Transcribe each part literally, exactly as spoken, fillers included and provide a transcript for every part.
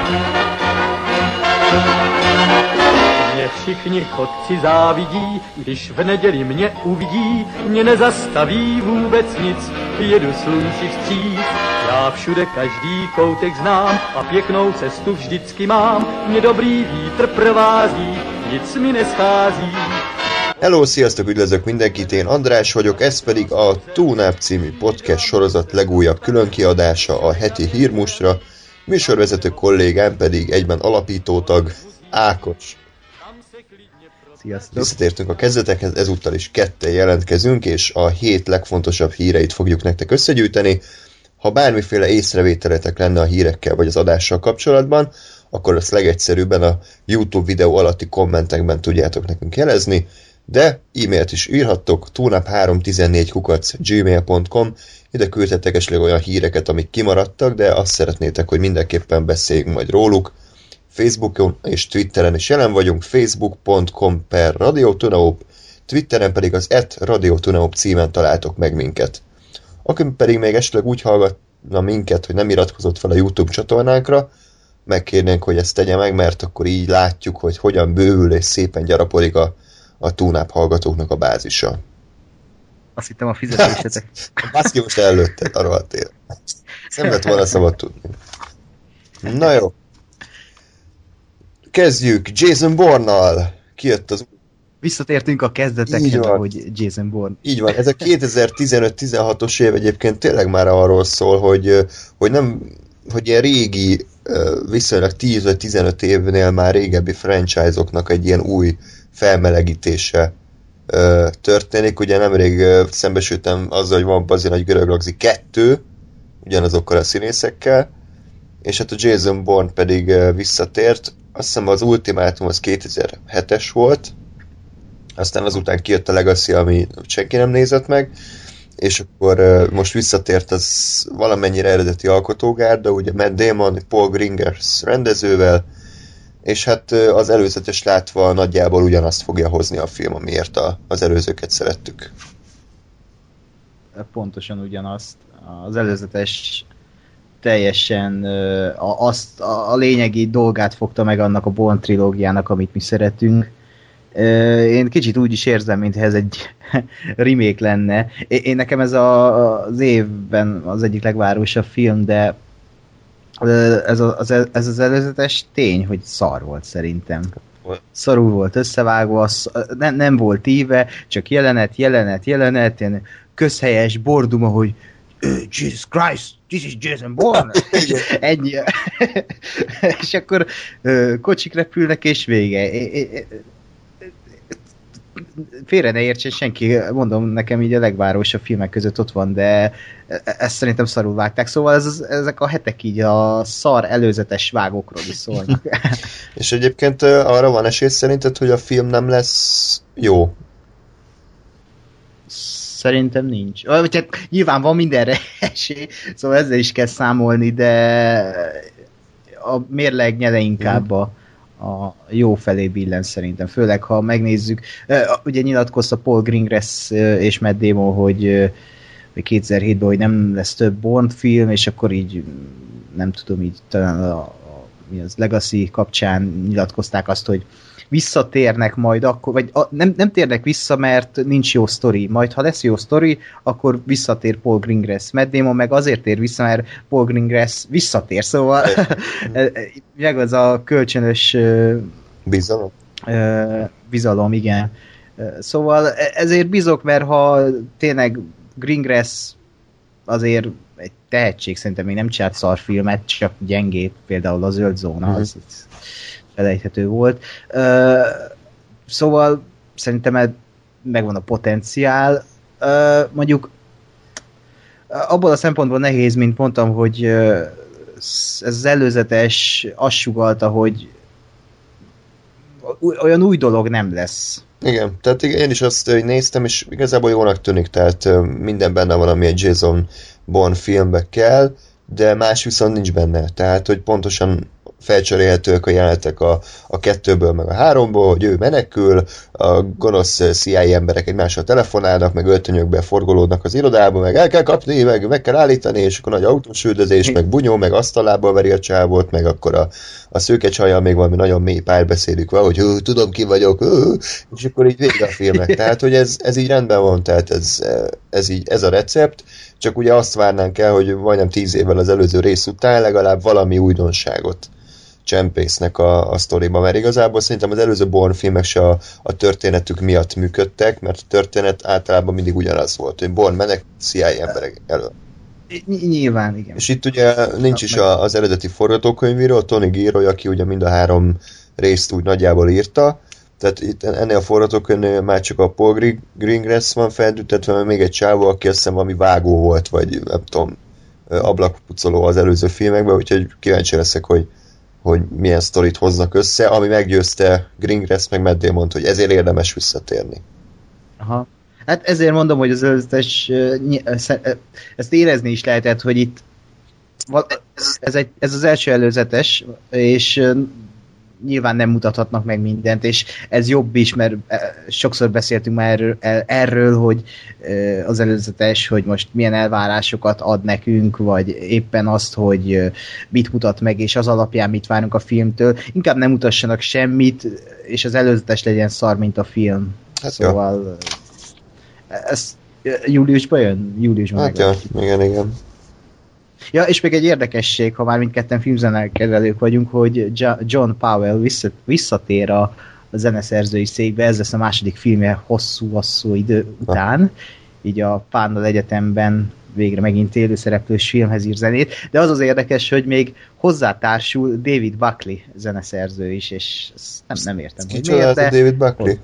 Mě všichni chodci závidí, když v neděli mě uvidí, mě nezastaví vůbec nic, jedu slunci vstříc. Já všude každý koutek znám a pěknou cestu vždycky mám, mě dobrý vítr provází, nic mi neschází. Hello, sziasztok, üdvözlök mindenkit, én András vagyok, ez pedig a TUNAP című podcast sorozat legújabb különkiadása a heti hírmustra, műsorvezető kollégám pedig egyben alapítótag, Ákos. Sziasztok! Visszatértünk a kezdetekhez, ezúttal is ketten jelentkezünk, és a hét legfontosabb híreit fogjuk nektek összegyűjteni. Ha bármiféle észrevételetek lenne a hírekkel vagy az adással kapcsolatban, akkor azt legegyszerűbben a YouTube videó alatti kommentekben tudjátok nekünk jelezni, de e-mailt is írhattok, tunap három tizennégy kukac gmail pont com, ide küldhetek esetleg olyan híreket, amik kimaradtak, de azt szeretnétek, hogy mindenképpen beszéljünk majd róluk. Facebookon és Twitteren is jelen vagyunk, facebook pont com per Radio Tunaop, Twitteren pedig az et Radio Tunaop címen találtok meg minket. Aki pedig még esetleg úgy hallgatna minket, hogy nem iratkozott fel a YouTube csatornánkra, megkérnénk, hogy ezt tegye meg, mert akkor így látjuk, hogy hogyan bővül és szépen gyarapodik a, a TUNAP hallgatóknak a bázisa. Azt hittem a fizetésetek. Baszki, most előtted, arra a tél. Nem lett volna szabad tudni. Na jó. Kezdjük Jason Bourne-nal. Kijött az... Visszatértünk a kezdetekhez, hogy Jason Bourne. Így van. Ez a kétezer-tizenöt tizenhatos év egyébként tényleg már arról szól, hogy, hogy nem... hogy ilyen régi, viszonylag tíz vagy tizenöt évnél már régebbi franchise-oknak egy ilyen új felmelegítése történik. Ugye nemrég szembesültem azzal, hogy van Bazi Nagy Görög Lagzi kettő, ugyanazokkal a színészekkel, és hát a Jason Bourne pedig visszatért. Azt hiszem az Ultimátum az kétezer-hetes volt, aztán azután kijött a Legacy, ami senki nem nézett meg, és akkor uh, most visszatért az valamennyire eredeti alkotógárda, ugye Matt Damon, Paul Greengrass rendezővel, és hát uh, az előzetes látva nagyjából ugyanazt fogja hozni a film, amiért a, az előzőket szerettük. Pontosan ugyanazt. Az előzetes teljesen uh, a, azt, a, a lényegi dolgát fogta meg annak a Bourne trilógiának, amit mi szeretünk. Én kicsit úgy is érzem, mintha ez egy remake lenne. Én nekem ez a, az évben az egyik legvárosabb film, de ez az, ez az előzetes tény, hogy szar volt szerintem. Szarul volt összevágva, nem, nem volt íve, csak jelenet, jelenet, jelenet, ilyen közhelyes borduma, hogy Jesus Christ, this is Jason Bourne! Ennyi. És akkor kocsik repülnek, és vége. Félre ne értsen senki, mondom, nekem így a legvárosabb filmek között ott van, de ezt szerintem szarul vágták, szóval ez, ezek a hetek így a szar előzetes vágókról is szólnak. És egyébként arra van esély szerinted, hogy a film nem lesz jó? Szerintem nincs. Vagy hát nyilván van mindenre esély, szóval ezzel is kell számolni, de a mérleg nyele inkább a a jó felé billen szerintem, főleg ha megnézzük, ugye nyilatkozta Paul Greengrass és Matt Damon, hogy kétezer-hétben, hogy nem lesz több Bourne film, és akkor így nem tudom, így talán a, a mi az Legacy kapcsán nyilatkozták azt, hogy visszatérnek majd akkor, vagy a, nem, nem térnek vissza, mert nincs jó sztori. Majd ha lesz jó sztori, akkor visszatér Paul Greengrass. Matt Damon meg azért tér vissza, mert Paul Greengrass visszatér, szóval meg az a kölcsönös bizalom. bizalom, igen. Szóval ezért bízok, mert ha tényleg Greengrass azért egy tehetség, szerintem még nem csinált szarfilmet, csak gyengét, például a Zöld Zóna, mm-hmm. az felejthető volt. Uh, szóval szerintem megvan a potenciál. Uh, mondjuk abból a szempontból nehéz, mint mondtam, hogy uh, ez az előzetes azt sugallta, hogy olyan új dolog nem lesz. Igen, tehát én is azt néztem, és igazából jónak tűnik, tehát minden benne van, ami egy Jason Bourne filmbe kell, de más viszont nincs benne. Tehát, hogy pontosan felcserélhetők a jelenetek a, a kettőből, meg a háromból, hogy ő menekül, a gonosz C I A emberek egymással telefonálnak, meg öltönyökbe forgolódnak az irodába, meg el kell kapni, meg meg kell állítani, és akkor nagy autósüldözés, meg bunyó, meg asztalába veri a csávót, meg akkor a, a szőke csajjal még valami nagyon mély párbeszédük van, hogy tudom ki vagyok, hú, és akkor így vége a filmnek. Tehát, hogy ez, ez így rendben van, tehát ez, ez, így, ez a recept, csak ugye azt várnánk el, hogy majdnem tíz évvel az előző rész után legalább valami újdonságot csempésznek a, a sztoriba, mert igazából szerintem az előző Bourne filmek se a, a történetük miatt működtek, mert a történet általában mindig ugyanaz volt, hogy Bourne menek C I A emberek elől. Nyilván, igen. És itt ugye nincs is a, az eredeti forgatókönyvíró, Tony Gilroy, aki ugye mind a három részt úgy nagyjából írta, tehát itt ennél a forgatókönyvnél már csak a Paul Greengrass van feltüntetve, mert még egy csávó, aki azt hiszem valami vágó volt, vagy nem tudom, ablakpucoló az előző filmekben, úgyhogy kíváncsi leszek, hogy hogy milyen sztorit hoznak össze, ami meggyőzte Greengrass meg Matt Damont, hogy ezért érdemes visszatérni. Aha. Hát ezért mondom, hogy az előzetes, ezt érezni is lehetett, hogy itt ez, egy, ez az első előzetes, és nyilván nem mutathatnak meg mindent, és ez jobb is, mert sokszor beszéltünk már erről, erről, hogy az előzetes, hogy most milyen elvárásokat ad nekünk, vagy éppen azt, hogy mit mutat meg, és az alapján mit várunk a filmtől. Inkább nem mutassanak semmit, és az előzetes legyen szar, mint a film. Hát szóval ja. Ez júliusban jön? Júliusban hát ja, igen, igen. Ja, és még egy érdekesség, ha már mindketten filmzenekedvelők vagyunk, hogy John Powell visszatér a, a zeneszerzői székbe, ez lesz a második filmje hosszú-hosszú idő után, így a Pánnal Egyetemben végre megint élőszereplős filmhez ír zenét, de az az érdekes, hogy még hozzátársul David Buckley zeneszerző is, és nem, nem értem, hogy miért, de... David Buckley?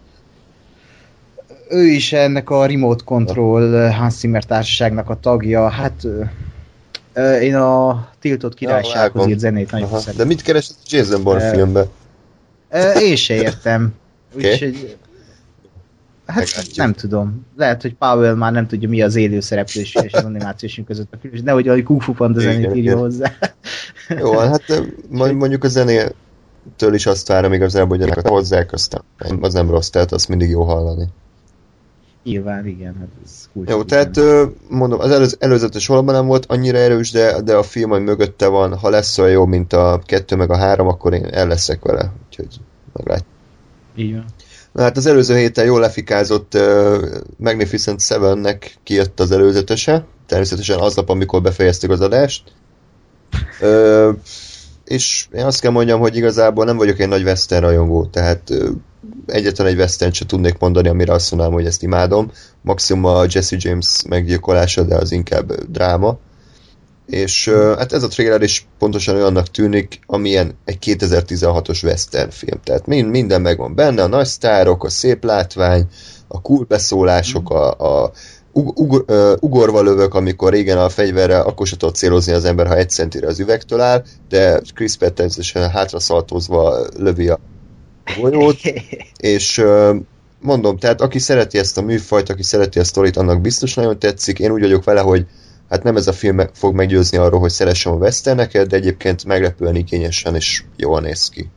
Ő is ennek a Remote Control Hans Zimmer társaságnak a tagja, hát... Én a Tiltott Királysághoz írt zenét nagyon szeretem. De mit keres a Jason Bourne uh, filmben? Uh, én se értem. Okay. Úgyhogy... Hát Meglátjuk. Nem tudom. Lehet, hogy Powell már nem tudja, mi az élő szereplős és az animációs film között a film, és nehogy a Kung Fu Panda zenét írja hozzá. Jó, hát mondjuk a zenétől is azt várom igazából, hogy ennek hozzák, aztán az nem rossz, tehát azt mindig jó hallani. Nyilván, igen, hát ez kulcs. Jó, tehát mondom, az előz, előzetes valóban nem volt annyira erős, de, de a film, ami mögötte van, ha lesz olyan jó, mint a kettő meg a három, akkor én el leszek vele, úgyhogy meglátjuk. Így van. Na hát az előző héten jól lefikázott uh, Magnificent Sevennek kijött az előzetese, természetesen aznap, amikor befejeztük az adást. Uh, és én azt kell mondjam, hogy igazából nem vagyok egy nagy western rajongó, tehát uh, egyetlen egy western se tudnék mondani, amire azt mondanám, hogy ezt imádom. Maximum a Jesse James meggyilkolása, de az inkább dráma. És uh, hát ez a trailer is pontosan olyannak tűnik, amilyen egy kétezer-tizenhatos western film. Tehát mind, minden megvan benne, a nagy sztárok, a szép látvány, a cool beszólások, a, a ug, ug, uh, ugorva lövök, amikor régen a fegyverrel akkor se tudott célozni az ember, ha egy centire az üvegtől áll, de Chris Pratt természetesen hátraszaltózva lövi a golyót, és uh, mondom, tehát aki szereti ezt a műfajt, aki szereti a sztorit, annak biztos nagyon tetszik. Én úgy vagyok vele, hogy hát nem ez a film fog meggyőzni arról, hogy szeressem a westerneket, de egyébként meglepően igényesen és jól néz ki.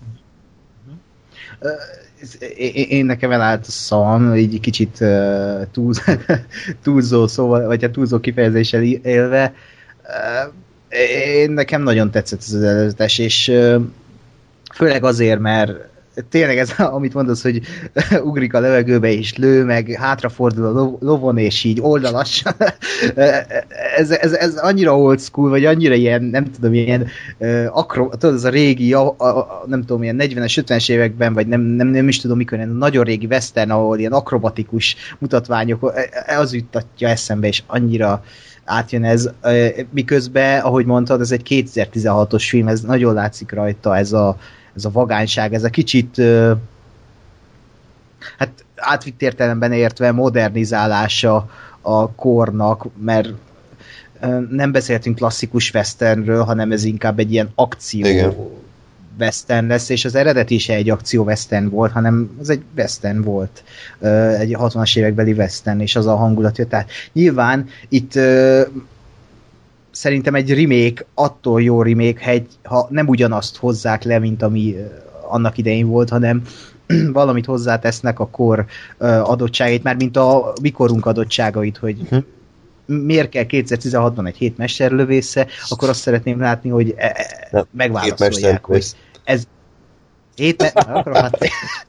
Én nekem elállt a szavam, így kicsit uh, túl, túlzó szóval, vagy a túlzó kifejezéssel élve. Uh, én nekem nagyon tetszett ez az előzetes, és uh, főleg azért, mert tényleg ez, amit mondasz, hogy ugrik a levegőbe és lő, meg hátrafordul a lovon, és így oldalas. ez, ez, ez annyira old school, vagy annyira ilyen, nem tudom, ilyen uh, akro, tudod, az a régi, a, a, a, nem tudom, ilyen negyvenes, ötvenes években, vagy nem, nem, nem is tudom mikor, ilyen nagyon régi western, ahol ilyen akrobatikus mutatványok, az juttatja eszembe, és annyira átjön ez, miközben, ahogy mondtad, ez egy kétezer-tizenhatos film, ez nagyon látszik rajta, ez a ez a vagányság, ez a kicsit uh, hát átvitt értelemben értve modernizálása a kornak, mert uh, nem beszéltünk klasszikus westernről, hanem ez inkább egy ilyen akció Igen. western lesz, és az eredeti is egy akció western volt, hanem ez egy western volt, uh, egy hatvanas évekbeli western, és az a hangulat jött. Tehát nyilván itt uh, szerintem egy remake attól jó remake, egy, ha nem ugyanazt hozzák le, mint ami annak idején volt, hanem valamit hozzátesznek a kor adottságait, már mint a mikorunk adottságait, hogy uh-huh. miért kell kétezer-tizenhatban egy hét mesterlövésze, akkor azt szeretném látni, hogy e- e- megválaszolják, hogy ez hét me- rohadt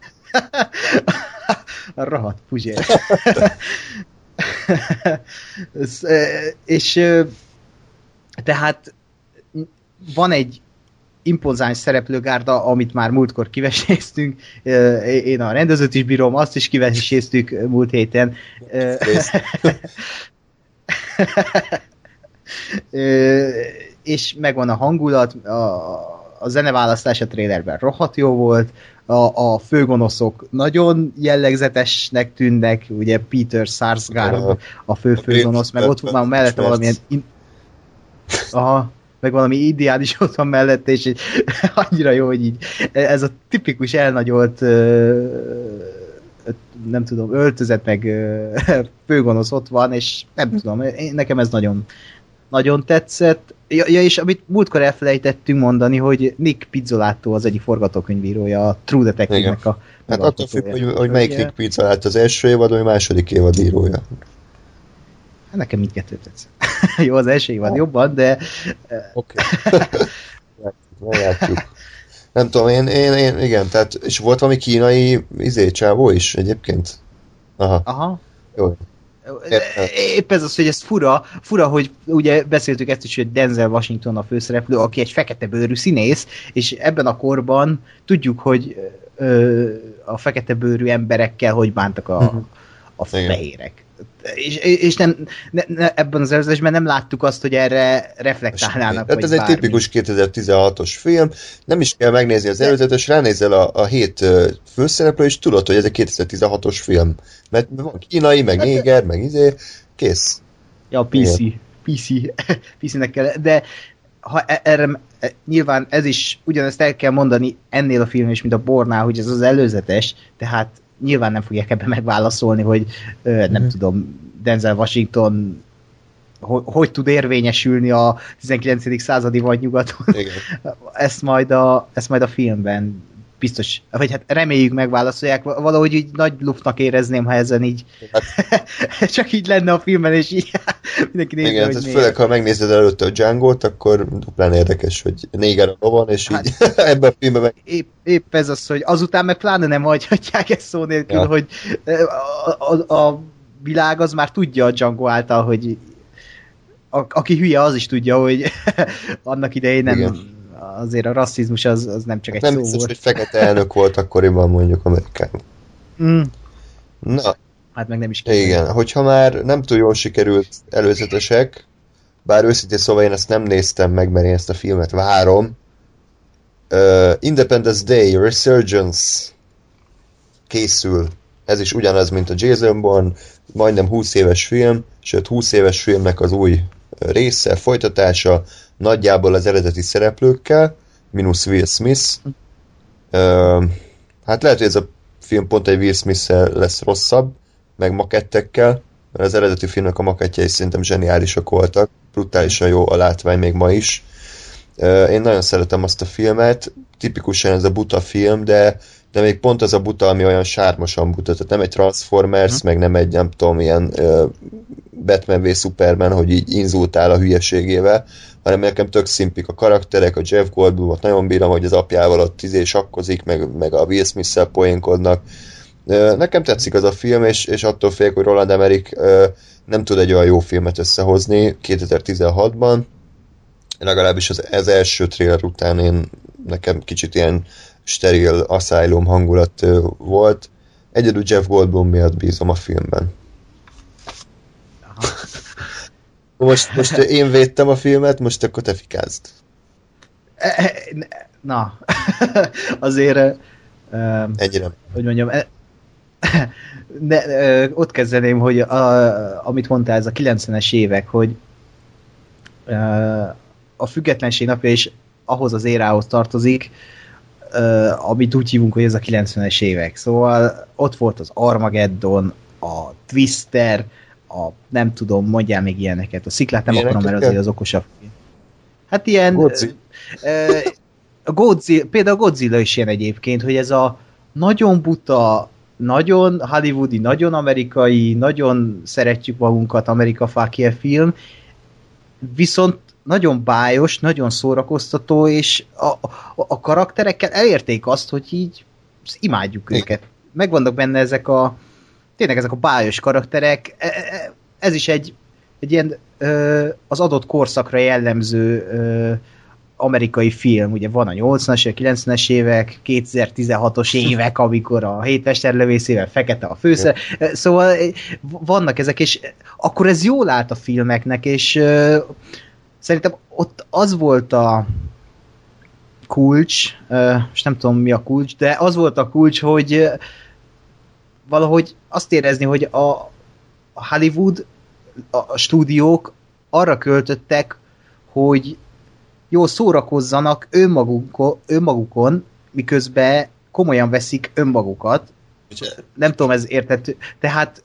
rohadt puzsér. És tehát van egy impozáns szereplőgárda, amit már múltkor kiveséztünk. Én a rendezőt is bírom, azt is kiveséztük múlt héten. És megvan a hangulat, a, a zeneválasztás a trailerben rohadt jó volt, a, a főgonoszok nagyon jellegzetesnek tűnnek, ugye Peter Sarsgaard a fő főgonosz, meg ott van mellette valamilyen in... aha, meg valami ideális ott van mellette, és annyira jó, hogy így ez a tipikus elnagyolt nem tudom, öltözet, meg főgonosz ott van, és nem tudom, nekem ez nagyon nagyon tetszett. Ja, ja, és amit múltkor elfelejtettünk mondani, hogy Nick Pizzolatto az egyik forgatókönyvírója, a True Detective-nek a hát attól függ, hogy, hogy melyik Nick Pizzolatto az első évad, vagy a második évad írója. Hát nekem mindkettő tetszett. Jó, az első évad oh. jobban, de... Oké. Okay. Látjuk. Nem tudom, én, én, én, igen, tehát, és volt valami kínai izé, csávó is egyébként? Aha. Aha. Jó. Épp ez az, hogy ez fura, fura, hogy ugye beszéltük ezt is, hogy Denzel Washington a főszereplő, aki egy fekete bőrű színész, és ebben a korban tudjuk, hogy ö, a fekete bőrű emberekkel hogy bántak a, a fehérek. És, és nem, ne, ne, ebben az előzésben nem láttuk azt, hogy erre reflektálnának. Tehát ez egy bármi. Tipikus kétezer-tizenhatos film, nem is kell megnézni az előzetes, ránézel a, a hét főszereplő, és tudod, hogy ez egy kétezer-tizenhatos film. Mert van kínai, meg néger, meg izé, kész. Ja, pé cé. pé cé. pé cé-nek kell, de ha erre, nyilván ez is, ugyanezt el kell mondani ennél a filmnél is, mint a Bornál, hogy ez az előzetes, tehát nyilván nem fogják ebben megválaszolni, hogy ö, nem mm-hmm. tudom, Denzel Washington hogy, hogy tud érvényesülni a tizenkilencedik századi vagy nyugaton. ezt, majd a, ezt majd a filmben biztos, vagy hát reméljük megválaszolják, valahogy így nagy luftnak érezném, ha ezen így hát. Csak így lenne a filmben, és így mindenki nézni, igen, hogy főleg, ha megnézed előtte a Django-t, akkor duplán érdekes, hogy néger a van, és hát, így ebben a filmben meg... Épp, épp ez az, hogy azután meg pláne nem hagyhatják ezt szó nélkül, ja. hogy a, a, a világ az már tudja a Django által, hogy a, aki hülye, az is tudja, hogy annak idején nem... Igen. Azért a rasszizmus az, az nem csak egy nem szó biztos, volt. hogy fekete elnök volt akkoriban mondjuk Amerikában. Mm. Na. Hát meg nem is kell. Igen, hogyha már nem túl jól sikerült előzetesek, bár őszintén szóval én ezt nem néztem meg, mert én ezt a filmet várom. Uh, Independence Day, Resurgence készül. Ez is ugyanaz, mint a Jason Bourne, majdnem húsz éves film, sőt húsz éves filmnek az új része, folytatása, nagyjából az eredeti szereplőkkel, mínusz Will Smith. Uh, hát lehet, hogy ez a film pont egy Will Smith-szel lesz rosszabb, meg makettekkel, mert az eredeti filmnek a makettjei szerintem zseniálisak voltak, brutálisan jó a látvány még ma is. Uh, én nagyon szeretem azt a filmet, tipikusan ez a buta film, de, de még pont az a buta, ami olyan sármosan buta, tehát nem egy Transformers, hmm. meg nem egy, nem tudom, ilyen uh, Batman v Superman, hogy így inzultál a hülyeségével, hanem nekem tök szimpik a karakterek, a Jeff Goldblumot nagyon bírom, hogy az apjával ott izé sakkozik, meg, meg a Will Smith-szel poénkodnak. Nekem tetszik az a film, és, és attól félek, hogy Roland Emmerich nem tud egy olyan jó filmet összehozni kétezer-tizenhatban. Legalábbis az, az első trailer után én, nekem kicsit ilyen steril asylum hangulat volt. Egyedül Jeff Goldblum miatt bízom a filmben. Aha. Most, most én védtem a filmet, most akkor te fikázd. Na, azért... Ennyire. Hogy mondjam, de, ott kezdeném, hogy a, amit mondtál, ez a kilencvenes évek, hogy a függetlenség napja is ahhoz az érához tartozik, amit úgy hívunk, hogy ez a kilencvenes évek. Szóval ott volt az Armageddon, a Twister, a a nem tudom, mondjál még ilyeneket. A Sziklát nem akarom, mert azért az okosabb. Hát ilyen... Godzilla. Uh, a Godzilla, például a Godzilla is ilyen egyébként, hogy ez a nagyon buta, nagyon hollywoodi, nagyon amerikai, nagyon szeretjük magunkat, Amerika fákje film, viszont nagyon bájos, nagyon szórakoztató, és a, a, a karakterekkel elérték azt, hogy így imádjuk őket. Megvannak benne ezek a tényleg ezek a bájos karakterek. Ez is egy, egy ilyen ö, az adott korszakra jellemző ö, amerikai film. Ugye van a nyolcvanas, a kilencvenes évek, kétezer-tizenhatos évek, amikor a hétmesterlövészével fekete a főszer. Szóval vannak ezek, és akkor ez jól állt a filmeknek, és ö, szerintem ott az volt a kulcs, ö, most nem tudom mi a kulcs, de az volt a kulcs, hogy valahogy azt érezni, hogy a, a Hollywood, a, a stúdiók arra költöttek, hogy jól szórakozzanak önmagukon, önmagukon, miközben komolyan veszik önmagukat. Nem tudom, ez érthető. Tehát...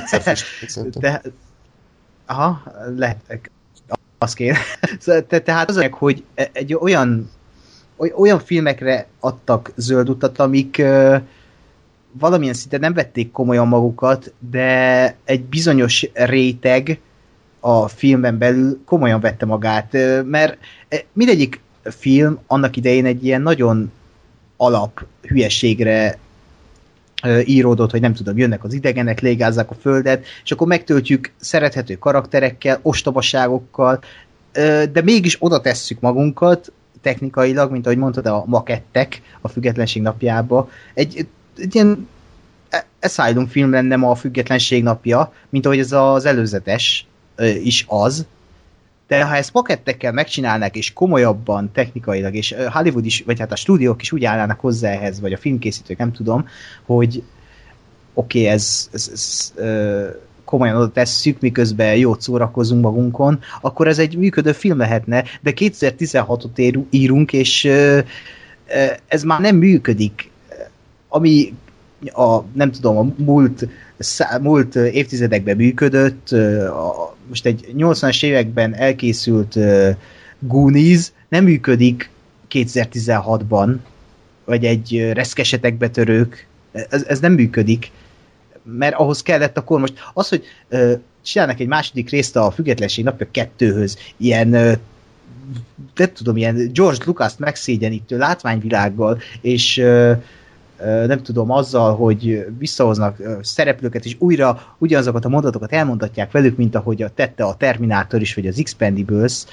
te, aha, lehet. Azt kéne. Te, tehát az, hogy egy olyan olyan filmekre adtak zöld utat, amik valamilyen szinten nem vették komolyan magukat, de egy bizonyos réteg a filmben belül komolyan vette magát, mert mindegyik film annak idején egy ilyen nagyon alap hülyeségre íródott, hogy nem tudom, jönnek az idegenek, légázzák a földet, és akkor megtöltjük szerethető karakterekkel, ostobaságokkal, de mégis oda tesszük magunkat technikailag, mint ahogy mondtad, a makettek a Függetlenség napjába. Egy, egy ilyen Asylum film lenne ma a Függetlenség napja, mint ahogy ez az előzetes is az, de ha ezt makettekkel megcsinálnák, és komolyabban technikailag, és Hollywood is, vagy hát a stúdiók is úgy állnának hozzá ehhez, vagy a filmkészítők, nem tudom, hogy oké, okay, ez, ez, ez ö, komolyan oda tesszük, miközben jót szórakozunk magunkon, akkor ez egy működő film lehetne, de kétezer-tizenhatot írunk, és ö, ö, ez már nem működik. Ami a, nem tudom, a múlt, szá, múlt évtizedekben működött, a, most egy nyolcvanas években elkészült uh, Goonies nem működik kétezer-tizenhatban, vagy egy uh, Reszkesetek betörők, ez, ez nem működik, mert ahhoz kellett akkor most az, hogy uh, csinálnak egy második részt a Függetlenség napja kettőhöz, ilyen uh, nem tudom, ilyen George Lucas-t megszégyenítő látványvilággal, és uh, nem tudom, azzal, hogy visszahoznak szereplőket, és újra ugyanazokat a mondatokat elmondatják velük, mint ahogy a tette a Terminátor is, vagy az Expendables,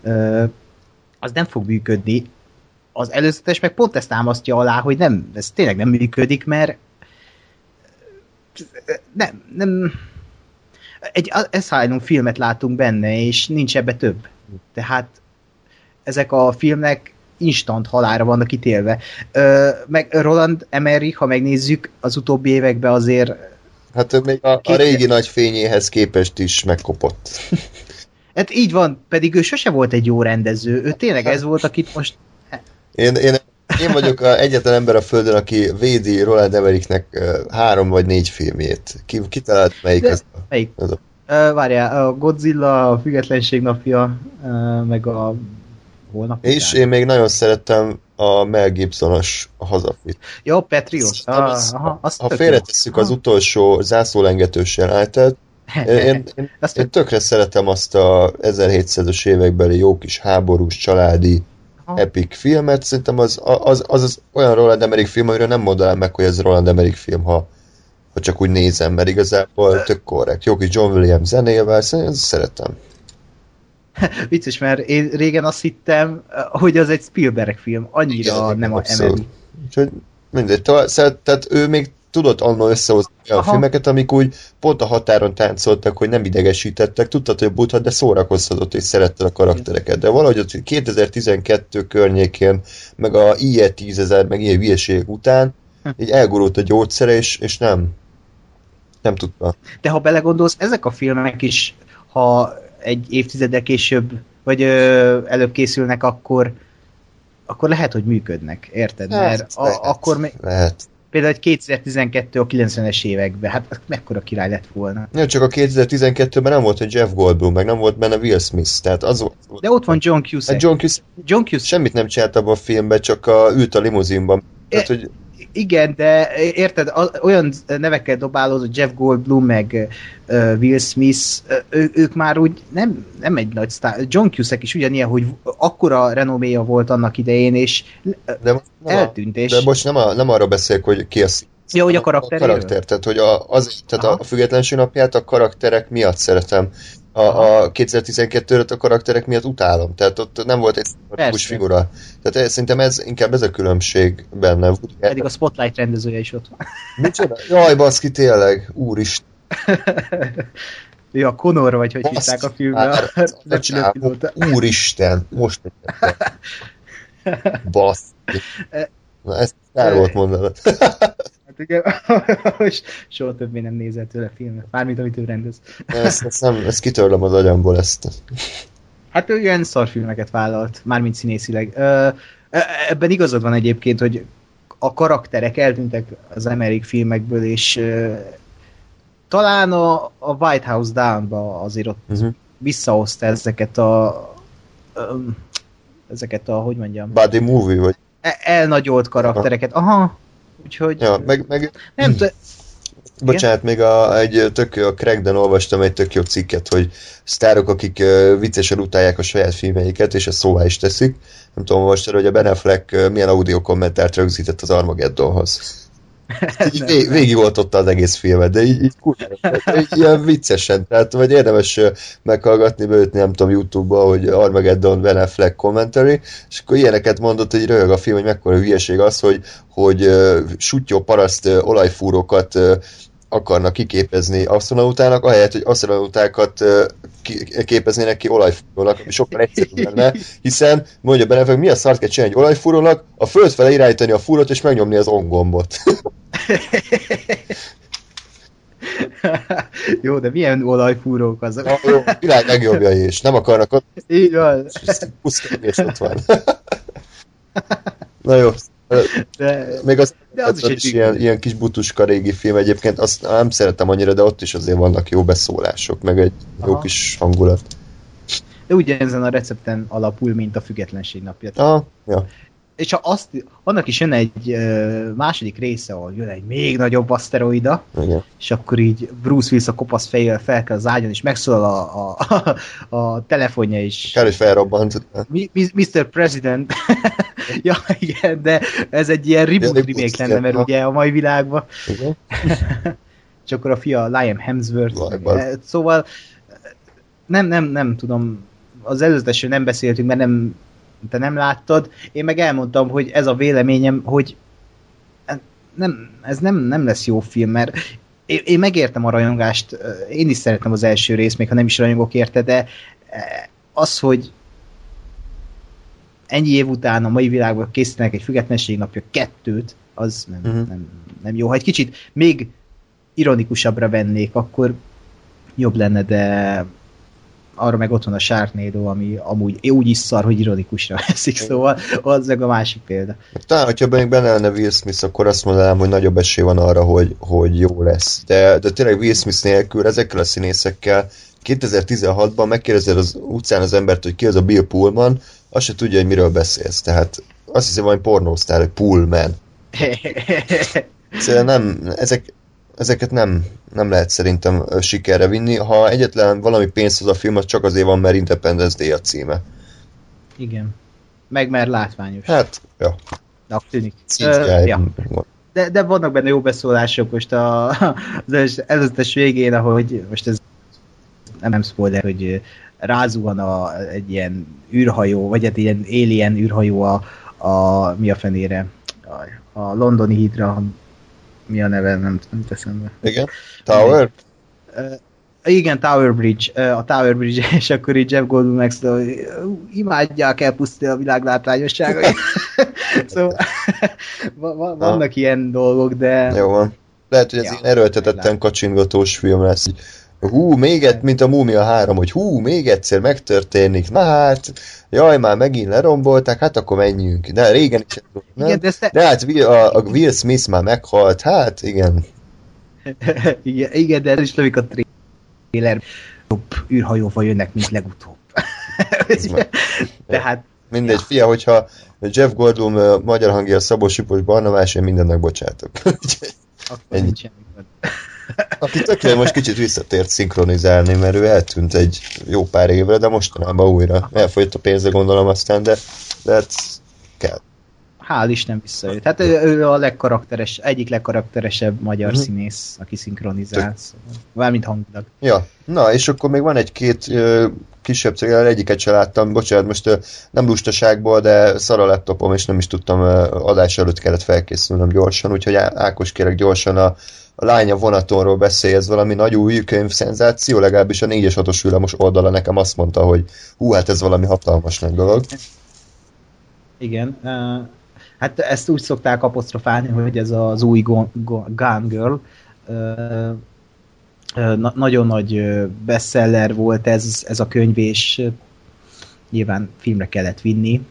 az nem fog működni. Az előzetes meg pont ezt támasztja alá, hogy nem, ez tényleg nem működik, mert nem, nem egy Asylum filmet látunk benne, és nincs ebbe több. Tehát ezek a filmek instant halálra vannak ítélve. Ö, meg Roland Emmerich, ha megnézzük, az utóbbi években azért... Hát még a, a régi nagy fényéhez képest is megkopott. Hát így van, pedig ő sose volt egy jó rendező. Ő tényleg ez volt, akit most... Én, én, én vagyok az egyetlen ember a Földön, aki védi Roland Emmerichnek három vagy négy filmjét. Ki, ki talált melyik De, az? Melyik? Az a... Uh, várjál, a Godzilla, a Függetlenség napja, uh, meg a holnap. És után. én még nagyon szerettem a Mel Gibsonos Hazafit. Jó, Patriot. Ah, az, aha, ha félretesszük az utolsó zászlólengetős jelenetet, én, én, én tökre szeretem azt a ezerhétszázas évekbeli jó kis háborús, családi aha. epic filmet. Szerintem az az, az az olyan Roland Emmerich film, amiről nem mondanám meg, hogy ez Roland Emmerich film, ha, ha csak úgy nézem, mert igazából tök korrekt. Jó kis John Williams zenével, szerintem szeretem. Vicces, mert én régen azt hittem, hogy az egy Spielberg film, annyira igen, nem a Emmerich. Úgyhogy mindegy, tehát ő még tudott annól összehozni a filmeket, amik úgy pont a határon táncoltak, hogy nem idegesítettek, tudtad, hogy buthat, de szórakoztatott, és szeretted a karaktereket. De valahogy ott kétezer-tizenkettő környékén, meg a I E tízezer, meg ilyen hülyeségek után, így elgurult a gyógyszere, és, és nem nem tudta. De ha belegondolsz, ezek a filmek is, ha egy évtizeddel később, vagy ö, előbb készülnek, akkor akkor lehet, hogy működnek, érted? Lehet, Mert a, lehet, akkor még... lehet. Például egy kétezer-tizenkettő a kilencvenes években, hát mekkora király lett volna. Ja, csak a kétezer-tizenkettőben nem volt egy Jeff Goldblum, meg nem volt benne Will Smith, tehát az volt. De ott van John Cusack. Hát John Cusack, John Cusack. Semmit nem csinált abban a filmben, csak a, ült a limuzinban. Tehát, hogy... Igen, de érted, olyan nevekkel dobálózott Jeff Goldblum, meg uh, Will Smith, uh, ő, ők már úgy nem, nem egy nagy sztár. John Cusack is ugyanilyen, hogy akkora renoméja volt annak idején, és de eltűnt. És... De most nem, a, nem arra beszélek, hogy ki az. Ja, hogy a karakter. A karakter, tehát, hogy a, az, tehát a függetlenség napját a karakterek miatt szeretem. A, a kétezer-tizenkettőt a karakterek miatt utálom. Tehát ott nem volt egy szimpatikus figura. Tehát szerintem ez, inkább ez a különbség benne. Pedig a Spotlight rendezője is ott van. Micsoda? Jaj, baszki, tényleg. Úristen. Ja, a Connor, vagy hogy hívták a filmben. Úristen, most baszki. Na, ezt kár volt mondanod. Hát igen, soha többé nem nézett tőle filmet, mármint amit ő rendez. Ezt, ezt, nem, ezt kitörlöm az agyamból ezt. Hát ő ilyen szarfilmeket vállalt, mármint színészileg. Ebben igazad van egyébként, hogy a karakterek eltűntek az amerikai filmekből, és talán a, a White House Down-ba azért ott uh-huh. visszahozta ezeket a ezeket a, hogy mondjam... Buddy movie, vagy? Elnagyolt karaktereket. Aha, úgyhogy... Ja, meg... meg... Nem t- Bocsánat, még a, egy tök, a Craigden olvastam egy tök jó cikket, hogy sztárok, akik uh, viccesen utálják a saját filmjeiket, és ezt szóvá is teszik. Nem tudom, olvastad, hogy a Ben Affleck uh, milyen audio kommentárt rögzített az Armageddonhoz. Így vég, végig volt ott az egész filmet, de így, így, így ilyen viccesen, tehát vagy érdemes meghallgatni, beütni, nem tudom, YouTube-ba, hogy Armageddon Ben Affleck commentary, és akkor ilyeneket mondott, hogy röhög a film, hogy mekkora hülyeség az, hogy, hogy uh, sutyó paraszt uh, olajfúrókat uh, akarnak kiképezni asztronautának, ahelyett, hogy asztronautákat uh, ki, képeznének ki olajfúrónak, ami sokkal egyszerűbb lenne, hiszen mondja Ben Affleck, mi a szart kell csinálni egy olajfúrónak, a föld fele irányítani a fúrót, és megnyomni az on-gombot. Jó, de milyen olajfúrók azok? A jó, világ legjobbjai, és nem akarnak ott. Így van. Puszkálni, és ott van. Na jó. De, még az, de az, az is, is ilyen, ilyen kis butuska régi film egyébként, azt nem szeretem annyira, de ott is azért vannak jó beszólások, meg egy Aha. jó kis hangulat. De ugyanezen a recepten alapul, mint a Függetlenség napja. Aha, ja. És ha azt, annak is jön egy uh, második része, ahol jön egy még nagyobb aszteroida, igen. És akkor így Bruce Willis a kopasz fejjel fel kell az ágyon, és megszólal a, a, a, a telefonja is. Kell, hogy felrobbant. miszter President. Ja, igen, de ez egy ilyen reboot ja, remake lenne, mert ha. Ugye a mai világban. Igen. És akkor a fia Liam Hemsworth. Meg, szóval nem, nem, nem tudom, az előzetesről nem beszéltünk, mert nem te nem láttad, én meg elmondtam, hogy ez a véleményem, hogy nem, ez nem, nem lesz jó film, mert én, én megértem a rajongást, én is szeretem az első részt, még ha nem is rajongok érte, de az, hogy ennyi év után a mai világban készítenek egy Függetlenség napja kettőt, az nem, uh-huh. nem, nem jó. Ha egy kicsit még ironikusabbra vennék, akkor jobb lenne, de arra meg ott van a Sharknado, ami amúgy úgy is szar, hogy ironikusra veszik, szóval az meg a másik példa. Talán, hogyha benne lenne Will Smith, akkor azt mondanám, hogy nagyobb esély van arra, hogy, hogy jó lesz. De, de tényleg Will Smith nélkül, ezekkel a színészekkel kétezer-tizenhatban megkérdezed az utcán az embert, hogy ki az a Bill Pullman, azt se tudja, hogy miről beszélsz. Tehát azt hiszem, hogy pornósztár, hogy Pullman. Szóval nem, ezek, ezeket nem, nem lehet szerintem sikerre vinni. Ha egyetlen valami pénzt hoz a film, az csak azért van, mert Independence Day a címe. Igen. Meg mert látványos. Hát, ja. Na, tűnik. Uh, ja. de, de vannak benne jó beszólások most a, az előzetes végén, ahogy most ez nem, nem spoiler, hogy rázuhan a, egy ilyen űrhajó, vagy egy ilyen alien űrhajó a, a mi a fenére? A, a londoni hídra, mi a neve, nem, nem teszem be. Igen? Tower? Uh, igen, Tower Bridge, uh, a Tower Bridge, és akkor így Jeff Goldblum megszól, hogy imádják elpusztítani a világ látványosságait. Szóval vannak ilyen dolgok, de... Jó van. Lehet, hogy ez ja, ilyen erőltetetten kacsingatós film lesz. hú, még egy, mint a Múmia három, hogy hú, még egyszer megtörténik, na hát, jaj, már megint lerombolták, hát akkor menjünk. De régen is, nem? Igen, de, te... de hát a, a Will Smith már meghalt, hát igen. igen, igen, de ez is lövik a trailer. Jobb űrhajóval jönnek, mint legutóbb. Tehát... Mindegy, ja. Fia, hogyha Jeff Goldblum magyar hangja Szabó Sipos Barnabás, én mindennek bocsátok. Ennyi. Aki tökéletes most kicsit visszatért szinkronizálni, mert ő eltűnt egy jó pár évre, de mostanában újra. Elfogyott a pénze, gondolom aztán, de, de hát kell. Hál' Isten visszajött. Hát ő, ő a legkarakteres, egyik legkarakteresebb magyar mm-hmm. színész, aki szinkronizál. Szóval, valamint hangilag. Ja, na és akkor még van egy-két uh, kisebb trailer, egyiket sem láttam, bocsánat, most uh, nem lustaságból, de szar a laptopom, és nem is tudtam, uh, adás előtt kellett felkészülnöm gyorsan, úgyhogy Ákos, kérek gyorsan a, a Lánya vonatonról beszélj, ez valami nagy új könyv szenzáció, legalábbis a négyes hatos villamos oldala nekem azt mondta, hogy hú, hát ez valami hatalmas nagy dolog. Igen, uh... Hát ezt úgy szokták apostrofálni, hogy ez az új Gone Girl. Na, nagyon nagy bestseller volt ez, ez a könyv, és nyilván filmre kellett vinni.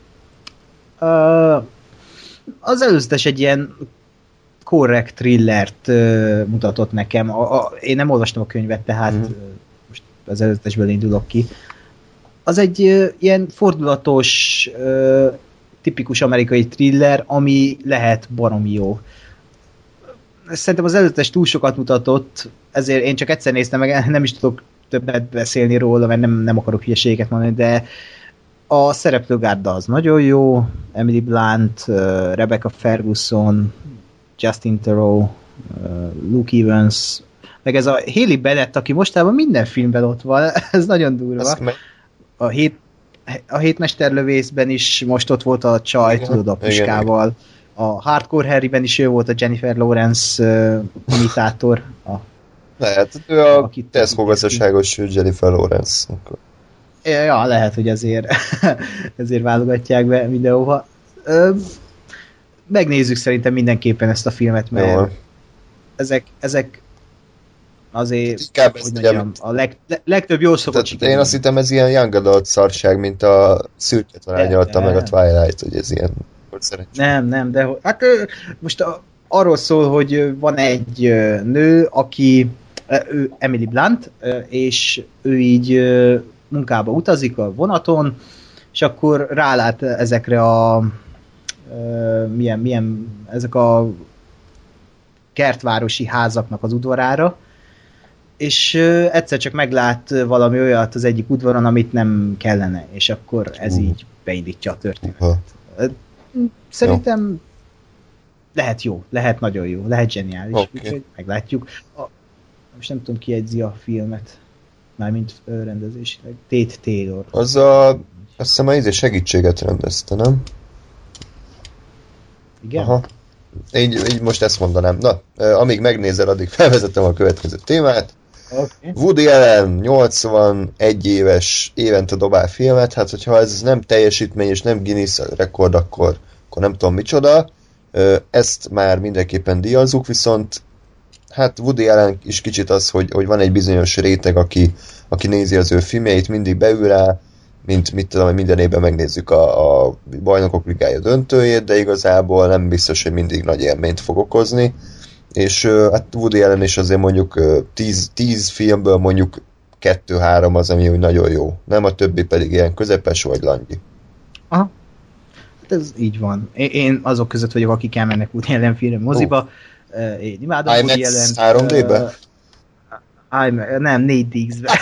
Az előzetes egy ilyen korrekt thrillert mutatott nekem. A, a, én nem olvastam a könyvet, tehát mm. most az előzetesből indulok ki. Az egy ilyen fordulatos... tipikus amerikai thriller, ami lehet baromi jó. Szerintem az előzetes túl sokat mutatott, ezért én csak egyszer néztem meg, nem is tudok többet beszélni róla, mert nem, nem akarok hülyeséget mondani, de a szereplőgárda az nagyon jó, Emily Blunt, Rebecca Ferguson, Justin Theroux, Luke Evans, meg ez a Haley Bennett, aki mostában minden filmben ott van, ez nagyon durva. A hét A hétmesterlövészben is most ott volt a csaj, igen, tudod, a puskával. Igen, igen. A Hardcore Harryben is ő volt a Jennifer Lawrence uh, imitátor. A, lehet, ő a tesztfogazdaságos Jennifer Lawrence. Akkor. Ja, lehet, hogy ezért, ezért válogatják be mindenhova. Ö, megnézzük szerintem mindenképpen ezt a filmet, mert jó. ezek, ezek azért, inkább hogy mondjam, a leg, legtöbb jól szokott sikerülni. Én azt hittem, ez ilyen young adult szarság, mint a Szürke talányolta meg a Twilight, hogy ez ilyen nem, nem, de hát most a, arról szól, hogy van egy nő, aki ő Emily Blunt, és ő így munkába utazik a vonaton, és akkor rálát ezekre a milyen, milyen ezek a kertvárosi házaknak az udvarára, és egyszer csak meglát valami olyat az egyik udvaron, amit nem kellene, és akkor ez uh. így beindítja a történetet. Uh. Szerintem jó. Lehet jó, lehet nagyon jó, lehet zseniális, okay. Úgyhogy meglátjuk. A, most nem tudom, ki jegyzi a filmet, mármint rendezésileg. Tate Taylor. Az a, azt hiszem, a izé segítséget rendezte, nem? Igen? Aha. Így, így most ezt mondanám. Na, amíg megnézel, addig felvezetem a következő témát. Okay. Woody Allen, nyolcvanegy éves, évente dobál filmet, hát hogyha ez nem teljesítmény és nem Guinness rekord, akkor, akkor nem tudom micsoda. Ezt már mindenképpen díjazzuk, viszont hát Woody Allen is kicsit az, hogy, hogy van egy bizonyos réteg, aki, aki nézi az ő filmjeit, mindig beül rá, mint mit tudom, hogy minden évben megnézzük a, a Bajnokok Ligája döntőjét, de igazából nem biztos, hogy mindig nagy élményt fog okozni. És hát Woody Allen is azért mondjuk tíz, tíz filmből mondjuk kettő-három az, ami úgy nagyon jó. Nem, a többi pedig ilyen közepes vagy langyi. Aha. Hát ez így van. Én azok között vagyok, akik elmennek Woody Allen filmre moziba. Uh. Én imádom Woody Allen. három dé-be? Uh, nem, négy dé iksz-be.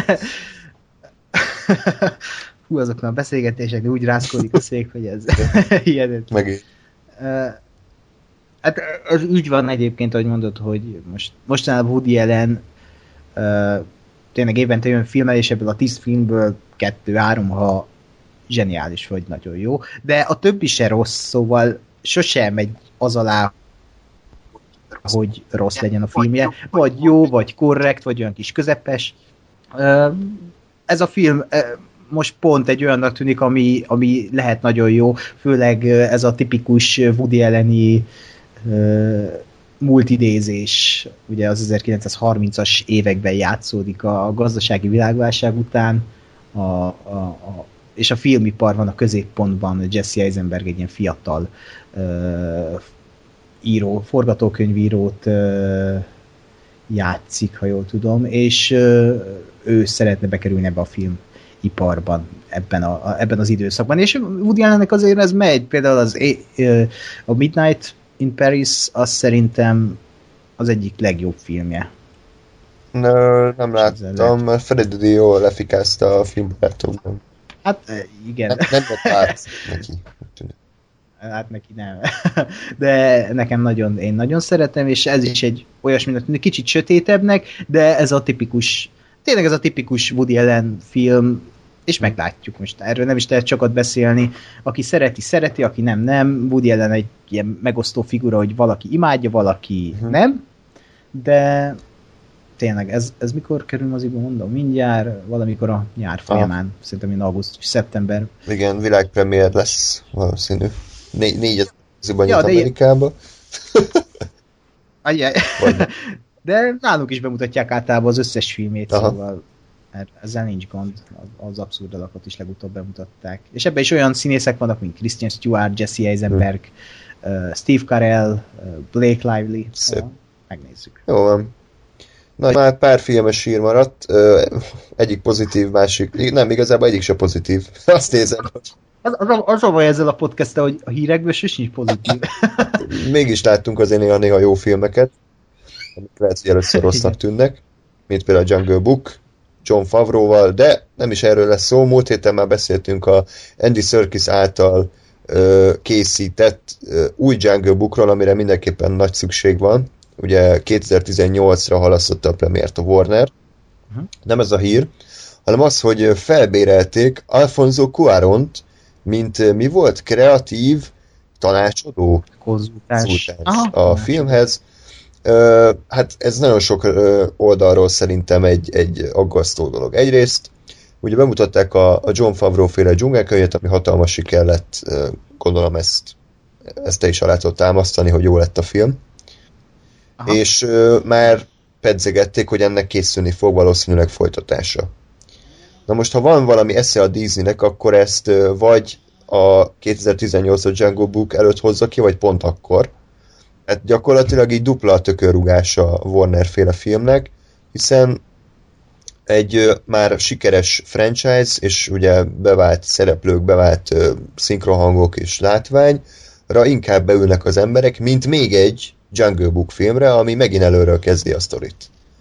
Hú, azoknak a beszélgetések, de úgy rázkodik a szék, hogy ez hihetetlen. Megint. Uh, Hát az úgy van egyébként, ahogy mondod, hogy most mostanában Woody Allen uh, tényleg évente jön filmmel, és ebből a tíz filmből kettő-három, ha zseniális vagy nagyon jó, de a többi se rossz, szóval sosem megy az alá, hogy rossz legyen a filmje, vagy jó, vagy korrekt, vagy olyan kis közepes. Uh, ez a film uh, most pont egy olyannak tűnik, ami, ami lehet nagyon jó, főleg ez a tipikus Woody Allen-i múltidézés, ugye az ezerkilencszázharmincas években játszódik a gazdasági világválság után, a, a, a, és a filmipar van a középpontban, Jesse Eisenberg egy ilyen fiatal uh, író, forgatókönyvírót uh, játszik, ha jól tudom, és uh, ő szeretne bekerülni ebbe a filmiparban ebben, a, a, ebben az időszakban, és Woody Allennek azért ez megy, például az a Midnight in Paris, az szerintem az egyik legjobb filmje. No, nem láttam, mert Freddy jól lefikázta a filmbarátokban. Hát igen. Nem, nem lett át neki. Hát neki nem. De nekem nagyon, én nagyon szeretem, és ez is egy olyasmi, kicsit sötétebbnek, de ez a tipikus, tényleg ez a tipikus Woody Allen film, és meglátjuk most. Erről nem is lehet sokat beszélni. Aki szereti, szereti, aki nem, nem. Woody Allen egy ilyen megosztó figura, hogy valaki imádja, valaki uh-huh. nem. De tényleg, ez, ez mikor kerül moziba, mondom, mindjárt, valamikor a nyár folyamán. Ah. Szerintem én augusztus, szeptember. Igen, világpremiér lesz valószínű. Né- négyet moziban ja, nyit Amerikába. Ajjaj. De nálunk is bemutatják általában az összes filmét, aha. Szóval ezzel nincs gond, az abszurd alakot is legutóbb bemutatták. És ebben is olyan színészek vannak, mint Christian Stewart, Jesse Eisenberg, hmm. uh, Steve Carell, uh, Blake Lively. Szóval megnézzük. Jó van. Na, már pár filmes hír maradt, uh, egyik pozitív, másik, nem, igazából egyik se pozitív. Azt nézem, hogy... Az, az, a, az a baj ezzel a podcasttel, hogy a hírekből se sincs pozitív. Mégis láttunk azért néha-néha jó filmeket, amik lehet, hogy először rossznak tűnnek, mint például a Jungle Book, Jon Favreau-val, de nem is erről lesz szó. Múlt héten már beszéltünk a Andy Serkis által ö, készített ö, új Jungle Bookról, amire mindenképpen nagy szükség van. Ugye kétezer-tizennyolcra halasztotta a premiért a Warner. Uh-huh. Nem ez a hír, hanem az, hogy felbérelték Alfonso Cuaront, mint mi volt? Kreatív tanácsadó? Konzultáns. A filmhez. Uh, hát ez nagyon sok uh, oldalról szerintem egy, egy aggasztó dolog. Egyrészt ugye bemutatták a, a Jon Favreau féle dzsungelkönyvet, ami hatalmas siker lett, uh, gondolom ezt, ezt te is alá tudod támasztani, hogy jó lett a film. Aha. És uh, már pedzegették, hogy ennek készülni fog valószínűleg folytatása. Na most, ha van valami esze a Disneynek, akkor ezt uh, vagy a kétezer-tizennyolcas Jungle Book előtt hozza ki, vagy pont akkor. Hát gyakorlatilag így dupla a tökörrugás a Warner-féle filmnek, hiszen egy ö, már sikeres franchise, és ugye bevált szereplők, bevált ö, szinkronhangok és látványra inkább beülnek az emberek, mint még egy Jungle Book filmre, ami megint előről kezdi a sztorit.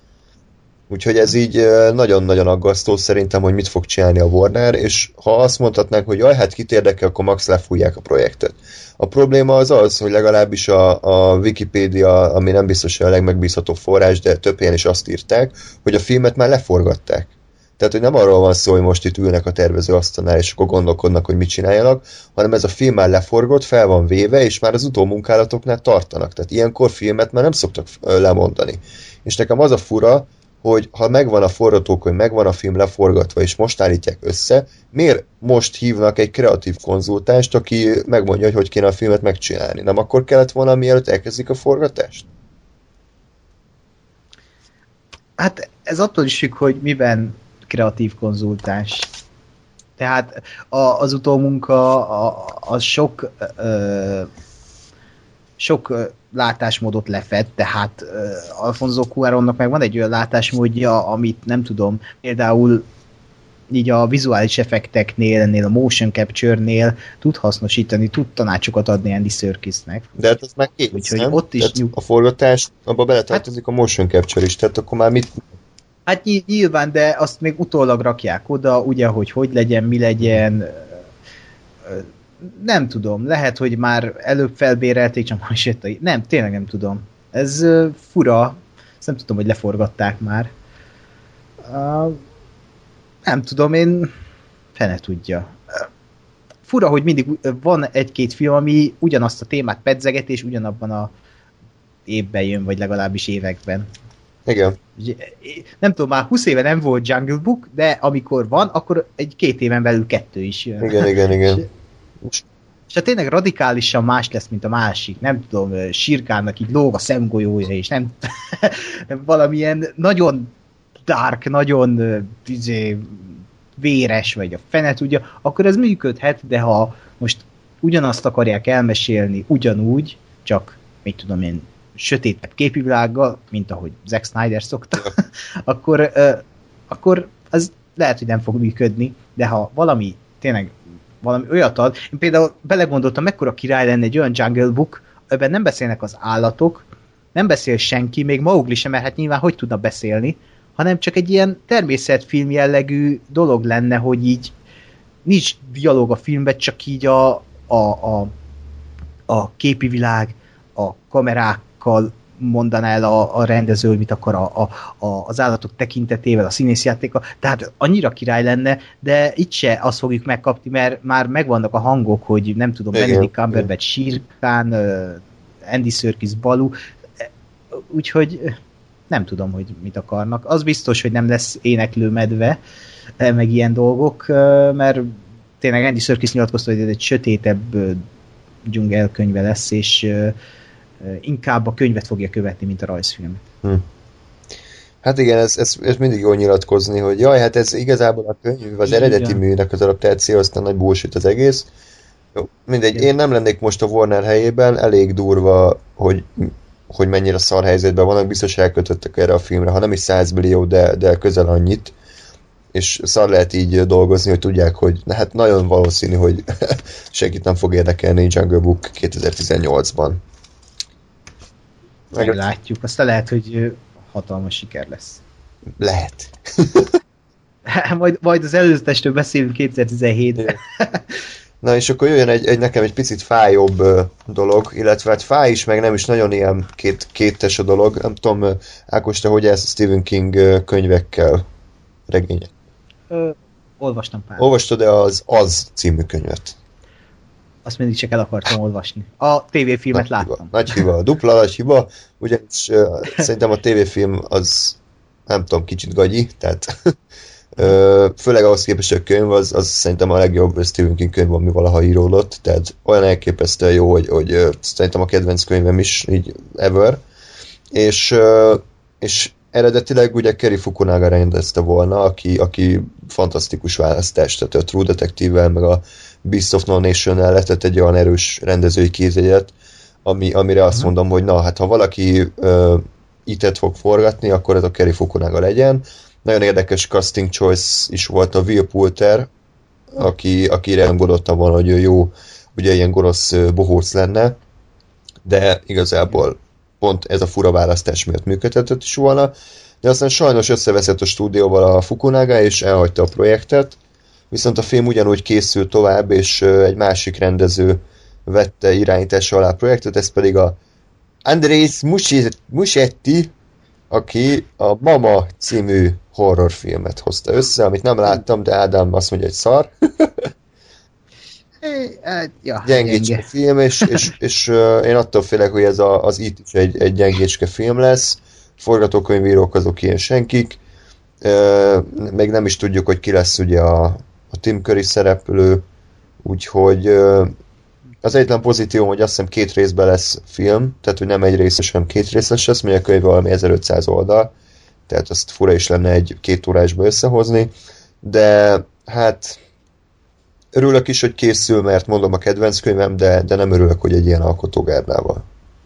Úgyhogy ez így ö, nagyon-nagyon aggasztó szerintem, hogy mit fog csinálni a Warner, és ha azt mondhatnánk, hogy jaj, hát kit érdekel, akkor max lefújják a projektet. A probléma az az, hogy legalábbis a, a Wikipédia, ami nem biztos, hogy a legmegbízhatóbb forrás, de több helyen is azt írták, hogy a filmet már leforgatták. Tehát, hogy nem arról van szó, hogy most itt ülnek a tervezőasztalnál, és akkor gondolkodnak, hogy mit csináljanak, hanem ez a film már leforgott, fel van véve, és már az utómunkálatoknál tartanak. Tehát ilyenkor filmet már nem szoktak lemondani. És nekem az a fura, hogy ha megvan a forgatókönyv, megvan a film leforgatva, és most állítják össze, miért most hívnak egy kreatív konzultást, aki megmondja, hogy hogy kéne a filmet megcsinálni? Nem akkor kellett volna, mielőtt elkezdik a forgatást? Hát ez attól is függ, hogy miben kreatív konzultáns. Tehát a, az utómunka a, az sok ö, sok ö, látásmódot lefed, tehát uh, Alfonso Cuaronnak meg van egy olyan látásmódja, amit nem tudom, például így a vizuális effekteknél, ennél a motion capture-nél tud hasznosítani, tud tanácsokat adni Andy Serkisnek. De hát ez már kész, úgyhogy nem? ott is nyug... A forgatás, abba beletartozik hát, a motion capture is, tehát akkor már mit... Hát nyilván, de azt még utólag rakják oda, ugye, hogy hogy legyen, mi legyen... Nem tudom, lehet, hogy már előbb felbérelték, csak most jött a... Nem, tényleg nem tudom. Ez uh, fura, ezt nem tudom, hogy leforgatták már. Uh, nem tudom, én fene tudja. Uh, fura, hogy mindig van egy-két film, ami ugyanazt a témát pedzeget, és ugyanabban a évben jön, vagy legalábbis években. Igen. Nem tudom, már húsz éve nem volt Jungle Book, de amikor van, akkor egy két éven belül kettő is jön. Igen, igen, igen. és ha tényleg radikálisan más lesz, mint a másik, nem tudom, Sirkánnak így lóg a szemgolyója, és nem valamilyen nagyon dark, nagyon izé, véres, vagy a fene tudja, akkor ez működhet, de ha most ugyanazt akarják elmesélni ugyanúgy, csak, mit tudom én, sötétebb képivilággal, mint ahogy Zack Snyder szokta, akkor, uh, akkor az lehet, hogy nem fog működni, de ha valami tényleg valami olyat ad, én például belegondoltam, mekkora király lenne egy olyan Jungle Book, ebben nem beszélnek az állatok, nem beszél senki, még Mowgli sem, mert hát nyilván hogy tudna beszélni, hanem csak egy ilyen természetfilm jellegű dolog lenne, hogy így nincs dialóg a filmben, csak így a, a, a, a képi világ, a kamerákkal mondaná el a, a rendező, hogy mit akar a, a, a, az állatok tekintetével, a színészjátéka, tehát annyira király lenne, de itt se azt fogjuk megkapni, mert már megvannak a hangok, hogy nem tudom, Benedict Cumberbatch, Shere Khan, Andy Serkis, Baloo, úgyhogy nem tudom, hogy mit akarnak. Az biztos, hogy nem lesz éneklő medve, meg ilyen dolgok, mert tényleg Andy Serkis nyilatkozta, hogy ez egy sötétebb dzsungelkönyve lesz, és inkább a könyvet fogja követni, mint a rajzfilm. Hm. Hát igen, ez, ez, ez mindig jól nyilatkozni, hogy jaj, hát ez igazából a könyv, az eredeti műnek az adaptáció, aztán nagy bullshit az egész. Jó, mindegy, én nem lennék most a Warner helyében, elég durva, hogy, hogy mennyire szar helyzetben vannak, biztos elkötöttek erre a filmre, ha nem is száz millió, de, de közel annyit, és szar lehet így dolgozni, hogy tudják, hogy na, hát nagyon valószínű, hogy senkit nem fog érdekelni Jungle Book kétezer-tizennyolcban. Meglátjuk, aztán lehet, hogy hatalmas siker lesz. Lehet. majd, majd az előzetestől beszélünk kétezer-tizenhétben. Na és akkor jöjjön egy, egy nekem egy picit fájóbb uh, dolog, illetve hát fáj is, meg nem is nagyon ilyen két, kétes a dolog. Nem tudom, uh, Ákos, te hogy állsz a Stephen King uh, könyvekkel, regények? Ö, olvastam pár. Olvastad-e az Az című könyvet? Azt mindig csak el akartam olvasni. A tévéfilmet nagy láttam. Hiba. Nagy hiba, dupla nagy hiba, ugyanis uh, szerintem a tévéfilm az, nem tudom, kicsit gagyi, tehát uh, főleg ahhoz képest, hogy a könyv az, az szerintem a legjobb Stephen King könyv, ami valaha íródott, tehát olyan elképesztően jó, hogy, hogy uh, szerintem a kedvenc könyvem is, így ever, és, uh, és eredetileg ugye Cary Fukunaga rendezte volna, aki, aki fantasztikus választás, tehát a True Detective-vel, meg a Beast of No Nation-nel letett egy olyan erős rendezői kézjegyet, ami, amire azt mondom, hogy na, hát ha valaki uh, itet fog forgatni, akkor ez a Cary Fukunaga legyen. Nagyon érdekes casting choice is volt a Will Poulter, aki, akire nem gondoltam volna, hogy ő jó, ugye ilyen gonosz bohóc lenne, de igazából pont ez a fura választás miatt működhetett is volna, de aztán sajnos összeveszett a stúdióval a Fukunaga, és elhagyta a projektet, viszont a film ugyanúgy készült tovább, és egy másik rendező vette irányítása alá a projektet, ez pedig a Andrés Muschietti, aki a Mama című horrorfilmet hozta össze, amit nem láttam, de Ádám azt mondja, hogy szar. ja, gyengécske gyenge. film, és, és, és uh, én attól félek, hogy ez a, az It is egy, egy gyengécske film lesz. Forgatókönyvírók azok ilyen senkik. Uh, még nem is tudjuk, hogy ki lesz ugye a, a Tim Curry szereplő, úgyhogy uh, az egyetlen pozitívum, hogy azt hiszem két részben lesz film, tehát hogy nem egy részes, hanem két részes lesz, mert a könyv valami ezerötszáz oldal, tehát azt fura is lenne egy két órásba összehozni, de hát örülök is, hogy készül, mert mondom a kedvenc könyvem, de, de nem örülök, hogy egy ilyen alkotógárdával.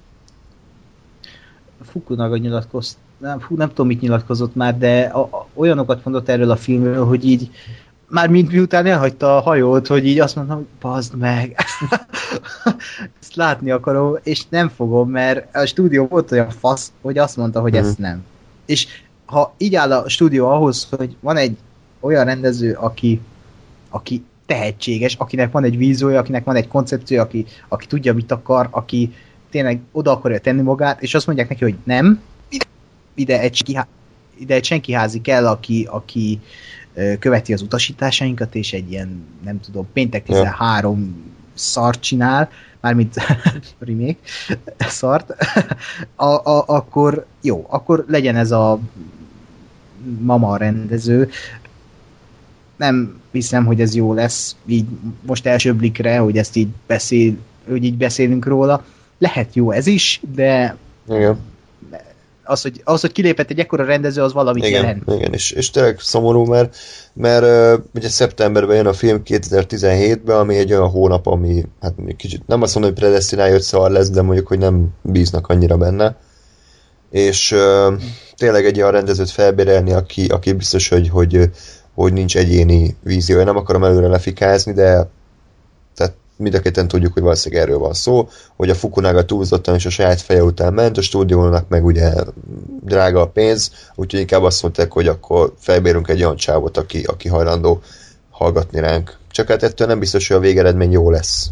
Fukunaga nyilatkozott, nem, fú, nem tudom, mit nyilatkozott már, de a, a, olyanokat mondott erről a filmről, hogy így már mint miután elhagyta a hajót, hogy így azt mondtam, hogy bazd meg, ezt látni akarom, és nem fogom, mert a stúdió volt olyan fasz, hogy azt mondta, hogy mm. ezt nem. És ha így áll a stúdió ahhoz, hogy van egy olyan rendező, aki, aki tehetséges, akinek van egy víziója, akinek van egy koncepciója, aki, aki tudja, mit akar, aki tényleg oda akarja tenni magát, és azt mondják neki, hogy nem, ide egy, ide egy senki házi kell, aki, aki követi az utasításainkat, és egy ilyen, nem tudom, péntek tizenhárom ja. szart csinál, mármint remake, szart, a, a, akkor jó, akkor legyen ez a Mama rendező. nem hiszem, hogy ez jó lesz, így most első blikre, hogy ezt így beszél, hogy így beszélünk róla. Lehet jó ez is, de igen. Az, hogy, az, hogy kilépett egy ekkora rendező, az valamit igen, jelent. Igen, és, és tényleg szomorú, mert, mert uh, ugye szeptemberben jön a film kétezer-tizenhétben, ami egy olyan hónap, ami hát kicsit, nem azt mondom, hogy predestinálja, hogy szar lesz, de mondjuk, hogy nem bíznak annyira benne. És uh, tényleg egy olyan rendezőt felbérelni, aki, aki biztos, hogy, hogy, hogy nincs egyéni vízió. Én nem akarom előre lefikázni, de tehát mind a ketten tudjuk, hogy valószínűleg erről van szó, hogy a Fukunaga túlzottan és a saját feje után ment, a stúdiónak meg ugye drága a pénz, úgyhogy inkább azt mondták, hogy akkor felbérünk egy olyan csávot, aki, aki hajlandó hallgatni ránk. Csak hát ettől nem biztos, hogy a végeredmény jó lesz.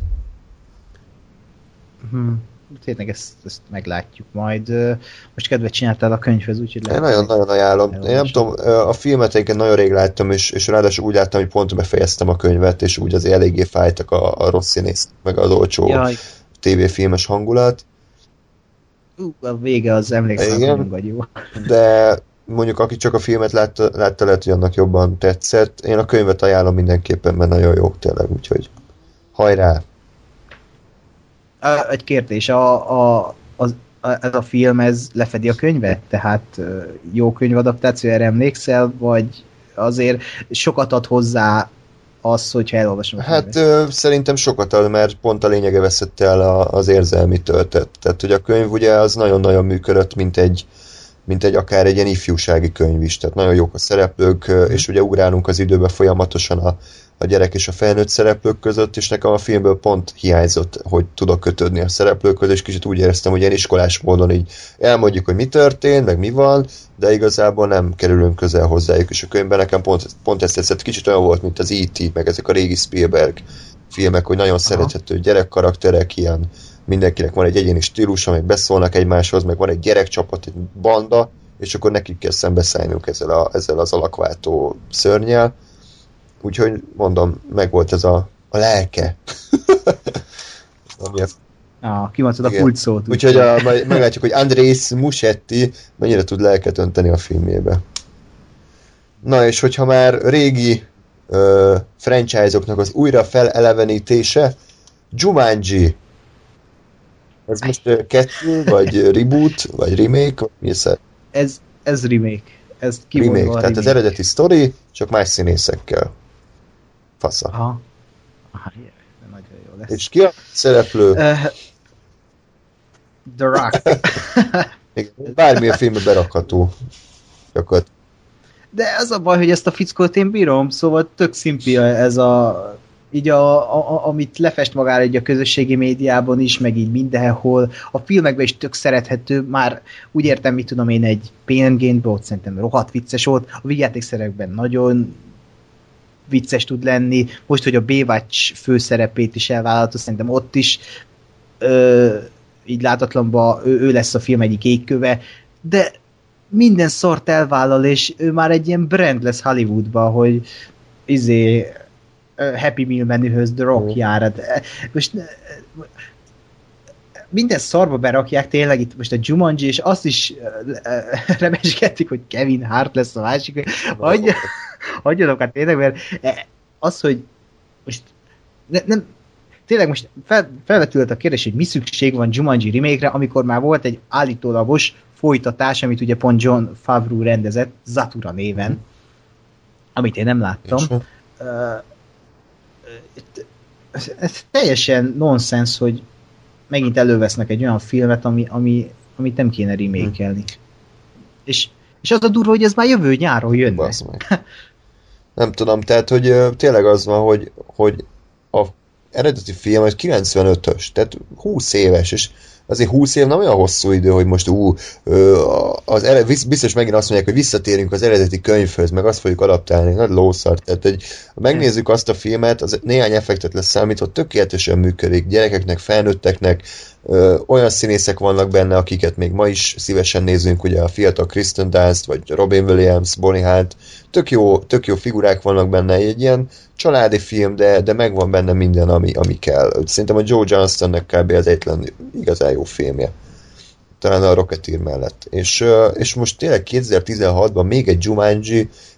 Hmm. Tényleg ezt, ezt meglátjuk majd. Most kedvet csináltál a könyvhez, úgyhogy... Én nagyon-nagyon ajánlom. Én nem tudom, a filmet egyébként nagyon rég láttam, és, és ráadásul úgy láttam, hogy pont befejeztem a könyvet, és úgy azért eléggé fájtak a, a rossz színész, meg az olcsó Jaj. tévéfilmes hangulat. Uh, a vége az emlékszem, vagy jó. De mondjuk aki csak a filmet látta, látta, lehet, hogy annak jobban tetszett. Én a könyvet ajánlom mindenképpen, mert nagyon jó tényleg, úgyhogy hajrá! Egy kérdés, a, a, az, a, ez a film, ez lefedi a könyvet? Tehát jó könyvadaptáció, erre emlékszel? Vagy azért sokat ad hozzá az, hogyha elolvasom a könyvet? Hát ö, szerintem sokat ad, mert pont a lényege veszett el a, az érzelmi töltet. Tehát, hogy a könyv ugye az nagyon-nagyon működött, mint egy, mint egy akár egy ilyen ifjúsági könyv is. Tehát nagyon jók a szereplők, hmm. és ugye ugrálunk az időbe folyamatosan a a gyerek és a felnőtt szereplők között, és nekem a filmből pont hiányzott, hogy tudok kötődni a szereplőkhöz, és kicsit úgy éreztem, hogy ilyen iskolás módon így elmondjuk, hogy mi történt, meg mi van, de igazából nem kerülünk közel hozzájuk, és a könyvben nekem pont, pont ezt tetszett, kicsit olyan volt, mint az í té, meg ezek a régi Spielberg filmek, hogy nagyon szerethető gyerekkarakterek, ilyen mindenkinek van egy egyéni stílus, amelyek beszólnak egymáshoz, meg van egy gyerekcsapat, egy banda, és akkor nekik kell szembeszállnunk ezzel, a, ezzel az alakváltó szörnyel. Úgyhogy mondom, megvolt ez a, a lelke. Ah, kimondtad a kulcsszót. Úgyhogy a, meglátjuk, hogy Andrés Muschietti mennyire tud lelket önteni a filmjébe. Na és hogyha már régi uh, franchise-oknak az újra felelevenítése, Jumanji. Ez most uh, kettő, vagy reboot, vagy remake, vagy mi ez? Ez, ez remake. Ez remake, tehát remake. Az eredeti sztori, csak más színészekkel. Fasza. Aha. Aha, yeah, nagyon jó lesz. És ki a szereplő? Uh, The Rock. Bármilyen filmbe berakható. Gyakorlat. De az a baj, hogy ezt a fickót én bírom, szóval tök szimpi ez a így a, a, a, amit lefest magára így a közösségi médiában is, meg így mindenhol. A filmekben is tök szerethető, már úgy értem, mit tudom én, egy Pain and Gain-ben, ott szerintem rohadt vicces volt, a vígjátékszerekben nagyon vicces tud lenni, most, hogy a Baywatch főszerepét is elvállalta, szerintem ott is ö, így látatlanban ő, ő lesz a film egyik égköve, de minden szart elvállal, és ő már egy ilyen brand lesz Hollywoodban, hogy izé Happy Meal menühöz The Rock jár. Most minden szarba berakják tényleg itt most a Jumanji, és azt is remesgetik, hogy Kevin Hart lesz a másik. Hagyja, hagyjanak hát tényleg, mert az, hogy most ne, nem, tényleg most fel, felvetült a kérdés, hogy mi szükség van Jumanji remake-re, amikor már volt egy állítólagos folytatás, amit ugye pont John Favreau rendezett, Zathura néven, amit én nem láttam. Uh, ez teljesen nonsens, hogy megint elővesznek egy olyan filmet, ami, ami, amit nem kéne remake-elni. Hmm. És, és az a durva, hogy ez már jövő nyáron jönne. Nem tudom, tehát, hogy tényleg az van, hogy, hogy a eredeti film az kilencvenötös, tehát húsz éves, és azért húsz év nem olyan hosszú idő, hogy most ú, az ered, biztos megint azt mondják, hogy visszatérünk az eredeti könyvhöz, meg azt fogjuk adaptálni, nagy lószar. Tehát, hogy megnézzük azt a filmet, az néhány effektet lesz számítva, tökéletesen működik, gyerekeknek, felnőtteknek, ö, olyan színészek vannak benne, akiket még ma is szívesen nézünk, ugye a fiatal Kristen Dunst, vagy Robin Williams, Bonnie Hunt, tök jó, tök jó figurák vannak benne, egy ilyen családi film, de, de megvan benne minden, ami, ami kell. Szerintem a Joe Johnstonnek kb. Az egyetlen igazán jó filmje. Talán a Rocketeer mellett. És, és most tényleg kétezer-tizenhatban még egy Jumanji,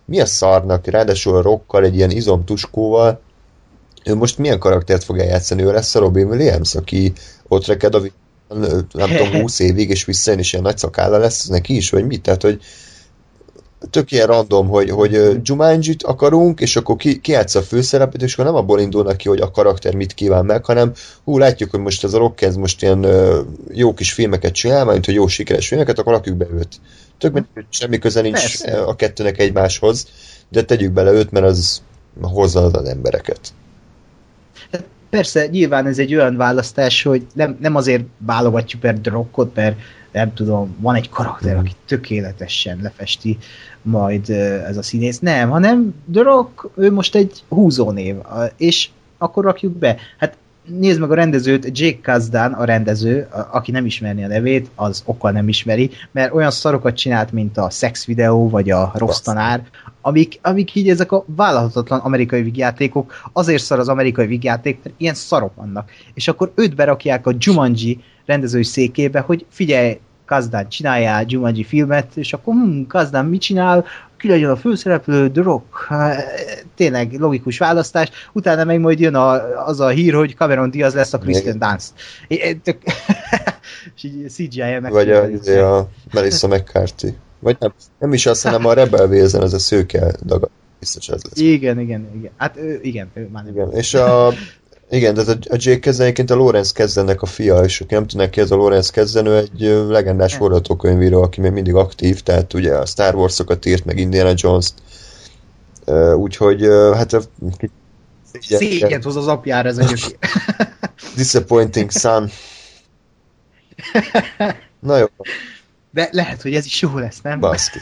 mi a szarnak, ráadásul a Rockkal, egy ilyen izomtuskóval, ő most milyen karaktert fog eljátszani? Ő lesz a Robin Williams, aki ott reked a nem tudom, húsz évig, és visszajön, és ilyen nagy szakálla lesz ez neki is, vagy mit? Tehát, hogy tök ilyen random, hogy, hogy Jumanjit akarunk, és akkor ki, ki játsza a főszerepet, és akkor nem abból indulnak ki, hogy a karakter mit kíván meg, hanem hú, látjuk, hogy most ez a Rock ez most ilyen uh, jó kis filmeket csinál, mint hogy jó sikeres filmeket, akkor lakjuk be őt. Tök mindegy, semmi köze nincs Persze. a kettőnek egymáshoz, de tegyük bele őt, mert az hozza az embereket. Persze, nyilván ez egy olyan választás, hogy nem, nem azért válogatjuk per The Rockot, mert nem tudom, van egy karakter, aki tökéletesen lefesti majd ez a színész. Nem, hanem The Rock, ő most egy húzónév, és akkor rakjuk be. Hát nézd meg a rendezőt, Jake Kasdan a rendező, aki nem ismerni a nevét, az okkal nem ismeri, mert olyan szarokat csinált, mint a Sex Video, vagy a Rossz Tanár, amik, amik így ezek a vállalhatatlan amerikai vígjátékok, azért szar az amerikai vígjáték, mert ilyen szarok vannak. És akkor őt berakják a Jumanji rendezői székébe, hogy figyelj, Kasdan, csináljál Jumanji filmet, és akkor hm, Kasdan mit csinál? Ki legyen a főszereplő, The Rock. Tényleg logikus választás. Utána meg majd jön a, az a hír, hogy Cameron Diaz lesz a Kristen Dunst. És így cé gé í-en meg. Vagy a, a Melissa McCarthy. Vagy nem, nem is azt, hanem a Rebel Wilson, az a szőke daga. Biztos ez lesz. Igen, igen, igen. Hát ő, igen, ő már nem. Igen, és a igen, de a Jake Kasdan egyébként a Lawrence Kasdannek a fia, és aki nem tudnak ki, ez a Lawrence Kasdan, ő egy legendás forgatókönyvíró, aki még mindig aktív, tehát ugye a Star Wars-okat írt, meg Indiana Jones-t. Úgyhogy, hát... Szégyent hoz az apjára ez a gyöki. Disappointing son. Na jó. De lehet, hogy ez is jó lesz, nem? Baszki.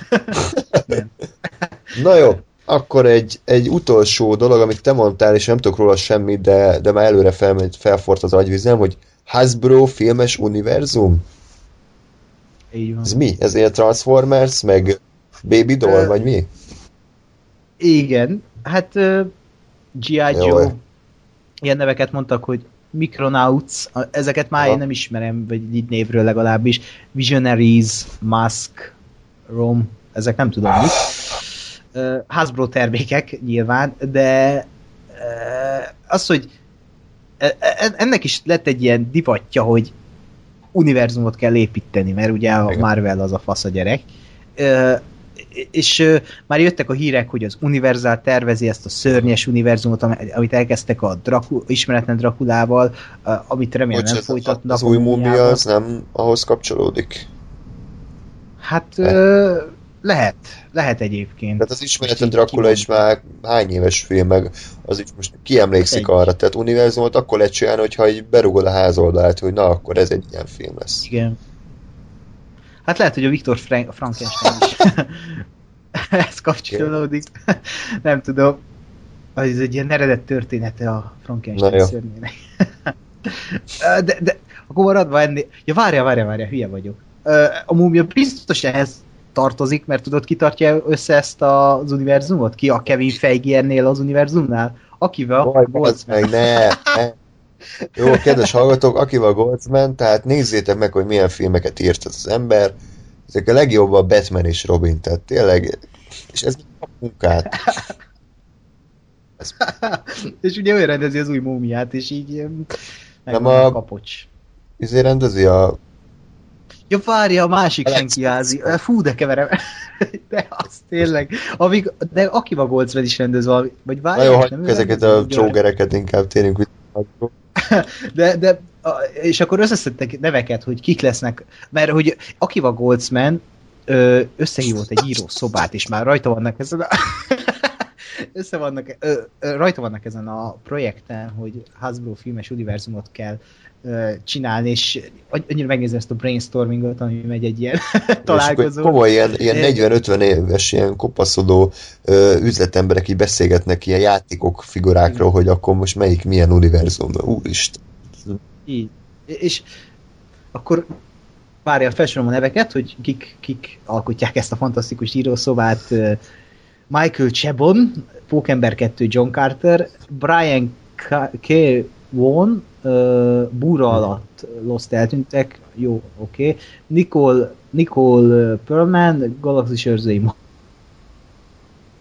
Na jó. Akkor egy, egy utolsó dolog, amit te mondtál, és nem tudok róla semmit, de, de már előre felmegy, felfort az agyvizem, hogy Hasbro filmes univerzum? Így van. Ez mi? Ez ilyen Transformers, meg Baby Doll, uh, vagy mi? Igen. Hát uh, gé i. Joe, ilyen neveket mondtak, hogy Micronauts, ezeket már Aha. én nem ismerem, vagy így névről legalábbis. Visionaries, Mask, Rom, ezek nem tudom mit. Uh, Hasbro termékek nyilván, de uh, az, hogy ennek is lett egy ilyen divatja, hogy univerzumot kell építeni, mert ugye a Marvel az a fasz a gyerek. Uh, és uh, már jöttek a hírek, hogy az Universal tervezi ezt a szörnyes univerzumot, amit elkezdtek a Dracu- ismeretlen Drakulával, uh, amit remélem nem folytatnak. Az új múmia az nem ahhoz kapcsolódik? Hát... Uh, Lehet, lehet egyébként. Tehát az ismeretlen Dracula is már hány éves film, meg az is most ki emlékszik egy. arra, tehát univerzumot akkor lehet csinálni, hogyha így berugod a házoldalát, hogy na, akkor ez egy ilyen film lesz. Igen. Hát lehet, hogy a Viktor Frank- Frankenstein is ez kapcsolódik. Nem tudom. Ez egy ilyen eredet története a Frankenstein szörnyének. de, de akkor maradva ennél... Ja, várja, várja, várja, hülye vagyok. A múmia biztos ehhez tartozik, mert tudod, ki tartja össze ezt az univerzumot? Ki a Kevin Feige-nél az univerzumnál? Akivel a Goldsman. Ne, ne. Jó, kedves hallgatók, akivel a Goldsman, tehát nézzétek meg, hogy milyen filmeket írt az ember. Ezek a legjobb a Batman és Robin, tehát tényleg, és ez a munkát. Ez... és ugye ő rendezi az új múmiát, és így nem a kapocs. Ezért rendezi a Ja, várja, a másik senki házi. Fú, de keverem. De az tényleg. Amíg, de akivel Goldsman is rendez valami. Vagy várják, na jó, hagyjuk ezeket a trógereket, inkább térjünk vissza. de, de, és akkor összeszedtek neveket, hogy kik lesznek. Mert hogy akivel Goldsman összehívott egy író szobát, és már rajta vannak ezen a... össze vannak, ö, ö, rajta vannak ezen a projekten, hogy Hasbro filmes univerzumot kell ö, csinálni, és annyira megnézem ezt a brainstormingot, ami megy egy ilyen találkozó. Komoly, ilyen, ilyen negyven-ötven éves, ilyen kopaszodó ö, üzletemberek így beszélgetnek ilyen játékok figurákról, hogy akkor most melyik milyen univerzum. Úristen. Így. És akkor várja, felsorolom a neveket, hogy kik, kik alkotják ezt a fantasztikus írószobát. Michael Chabon, Pókember kettő John Carter, Brian K. Vaughan, uh, Búra alatt Lost eltűntek, jó, oké. Okay. Nicole, Nicole Perlman, Galaxis őrzői.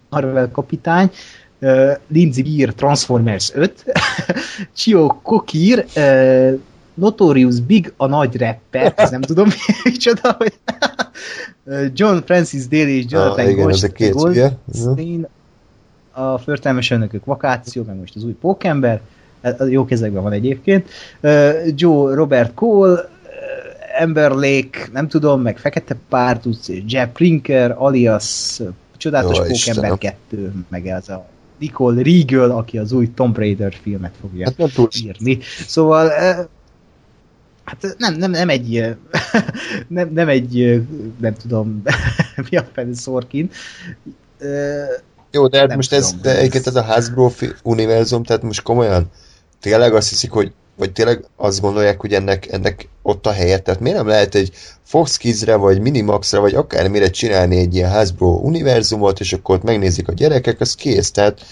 Marvel kapitány, uh, Lindsay Beer Transformers öt, Chio Kokir uh, Notorious Big, a nagy rapper, ez nem tudom micsoda, hogy John Francis Daly és Jonathan ah, igen, Goldstein, a Förtelmes Önökök vakáció, meg most az új Pókember, jó kezekben van egyébként, uh, Joe Robert Cole, uh, Amber Lake, nem tudom, meg Fekete Párduc, Jeff Brinker, alias uh, Csodálatos Jó, Pókember kettő, meg ez a Nicole Regal, aki az új Tomb Raider filmet fogja hát nem írni. Szóval uh, hát nem, nem, nem egy nem, nem egy nem tudom mi a fene Sorkin. Uh, Jó, de hát most tudom, ez, de egyébként ez a Hasbro univerzum, tehát most komolyan tényleg azt hiszik, hogy vagy tényleg azt gondolják, hogy ennek, ennek ott a helye, tehát miért nem lehet egy Fox Kids-re, vagy Minimax-ra, vagy akármire csinálni egy ilyen Hasbro univerzumot, és akkor ott megnézik a gyerekek, az kész, tehát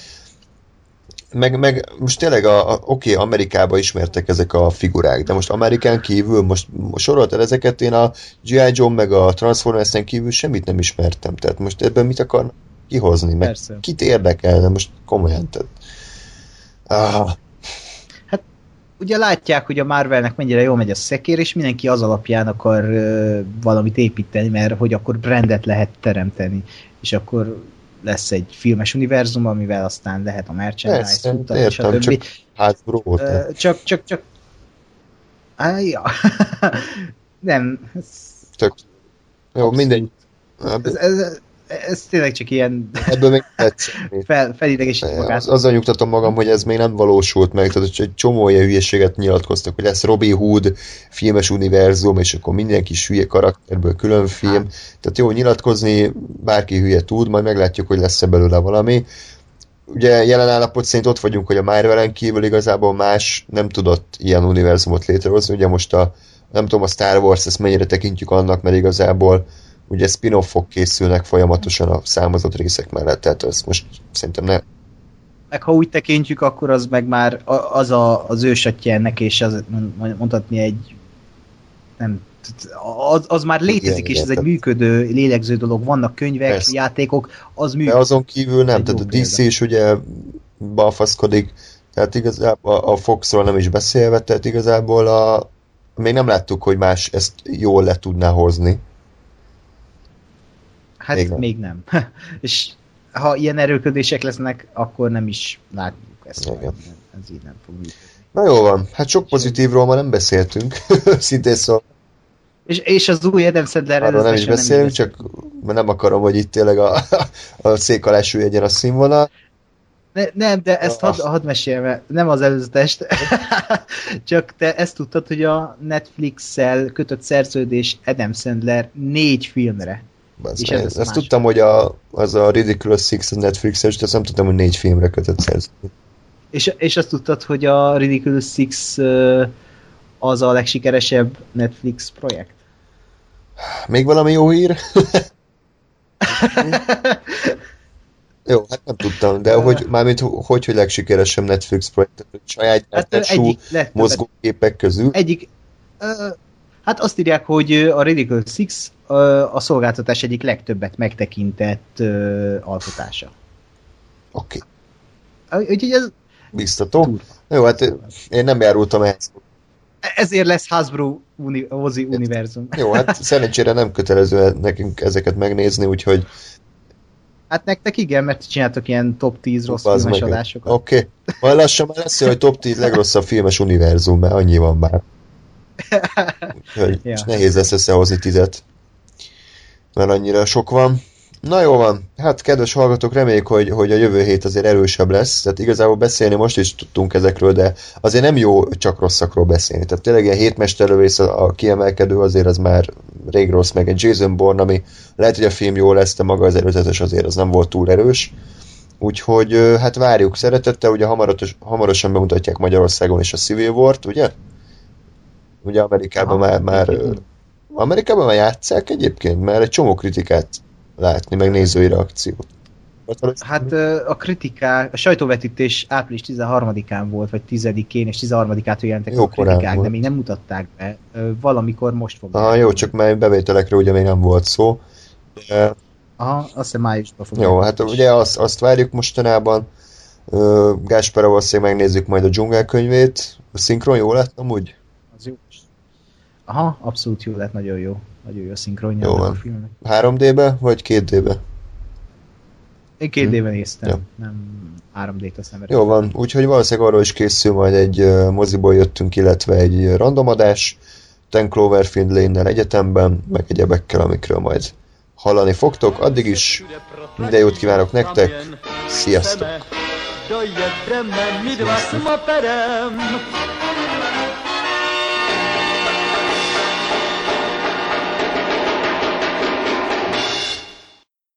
meg, meg most tényleg a, a, oké, okay, Amerikában ismertek ezek a figurák, de most Amerikán kívül, most soroltad ezeket, én a G I. Joe meg a Transformers-en kívül semmit nem ismertem, tehát most ebben mit akarnak kihozni, meg Persze. kit érdekel, de most komolyan, tehát ah. Hát ugye látják, hogy a Marvelnek mennyire jól megy a szekér, és mindenki az alapján akar uh, valamit építeni, mert hogy akkor brandet lehet teremteni, és akkor lesz egy filmes univerzum, amivel aztán lehet a merchandise futtatni, és a többi. Csak uh, csak, csak, csak ah, ja. nem. Ez... Tök. Jó, mindegy. Ez, ez, ez tényleg csak ilyen ebből még fel, felidegesít magát. Az, azzal nyugtatom magam, hogy ez még nem valósult meg, tehát egy csomó ilyen hülyeséget nyilatkoztak, hogy lesz Robin Hood filmes univerzum, és akkor mindenki is hülye karakterből külön film. Hát. Tehát jó, nyilatkozni bárki hülye tud, majd meglátjuk, hogy lesz-e belőle valami. Ugye jelen állapot szerint ott vagyunk, hogy a Marvelen kívül igazából más nem tudott ilyen univerzumot létrehozni. Ugye most a, nem tudom, a Star Wars, ezt mennyire tekintjük annak, mert igazából ugye spin-offok készülnek folyamatosan a számozott részek mellett, tehát ezt most szerintem ne... Meg ha úgy tekintjük, akkor az meg már az a, az ősatja ennek, és az mondhatni egy nem, az, az már létezik, igen, és ez egy működő, lélegző dolog, vannak könyvek, Persze. játékok, az működik. De azon kívül nem, tehát a dé cé is ugye balfaszkodik, tehát igazából a Foxról nem is beszélve, tehát igazából a, még nem láttuk, hogy más ezt jól le tudná hozni. Hát még nem. Még nem. És ha ilyen erőködések lesznek, akkor nem is látjuk ezt. Igen. Ez így nem fog működni. Na jó van, hát sok pozitívról ma nem beszéltünk. Szintén szó. És, és az új Adam Sandler Arról nem is beszélünk, csak mert nem akarom, hogy itt tényleg a, a szék alá süllyedjen a színvonal. Ne, nem, de ezt hadd had meséljem, nem az előzetest. Csak te ezt tudtad, hogy a Netflix-szel kötött szerződés Adam Sandler négy filmre. És ez ezt tudtam, hogy a, az a Ridiculous Six Netflixes, de azt nem tudtam, hogy négy filmre kötött szerződés. És, és azt tudtad, hogy a Ridiculous Six az a legsikeresebb Netflix projekt? Még valami jó hír? Jó, hát nem tudtam, de hogy mármint hogy, hogy legsikeresebb Netflix projekt, saját gyártású hát, mozgóképek közül? Egyik, uh, hát azt írják, hogy a Ridiculous Six uh, a szolgáltatás egyik legtöbbet megtekintett uh, alkotása. Oké. Okay. Úgyhogy ez biztató. Turva. Jó, hát én nem járultam ehhez. Ezért lesz Hasbro uni- Ozi univerzum. Jó, hát szerencsére nem kötelező nekünk ezeket megnézni, úgyhogy hát nektek igen, mert csináltok ilyen top tíz rossz Bazd filmes meg. adásokat. Oké. Okay. Majd lassan már lesz, hogy top tíz legrosszabb filmes univerzum, mert annyi van már. Úgyhogy ja. Nehéz lesz összehozni tizet. Mert annyira sok van. Na jó van, hát kedves hallgatók, reméljük, hogy, hogy a jövő hét azért erősebb lesz. Tehát igazából beszélni most is tudtunk ezekről, de azért nem jó csak rosszakról beszélni. Tehát tényleg ilyen hétmesterlövész a, a kiemelkedő, azért az már rég rossz, meg egy Jason Bourne, ami lehet, hogy a film jó lesz, de maga az előzetes azért az nem volt túl erős. Úgyhogy hát várjuk szeretettel, ugye hamaros, hamarosan bemutatják Magyarországon is a Civil War-t, ugye? Ugye Amerikában Aha, már, már Amerikában már játsszák egyébként, mert egy csomó kritikát látni, meg nézői reakciót. Hát a kritikák, a sajtóvetítés április tizenharmadikán volt, vagy tizedikén és tizenharmadikától jelentek jó, a kritikák, volt. De még nem mutatták be. Valamikor most fog. Ah, jó, csak már bevételekre ugye még nem volt szó. De, Aha, azt hiszem májusban fog. Jó, hát ugye azt, azt várjuk mostanában. Uh, Gáspárral valószínűleg megnézzük majd a dzsungelkönyvét. A szinkron jó lett amúgy? Az jó. Aha, abszolút jó lett, nagyon jó. Nagyon jó a szinkronja Jó a van. filmnek. három dé-be, vagy két dé-be? Én két dé-ben néztem, Ja. nem három dé-t azt nem Jó van, úgyhogy valószínűleg arról is készül majd egy uh, moziból jöttünk, illetve egy randomadás Ten Cloverfield Lane-nel egyetemben, meg egyebekkel, amikről majd hallani fogtok. Addig is minden jót kívánok nektek, sziasztok! Dojedeme my dva s moperem.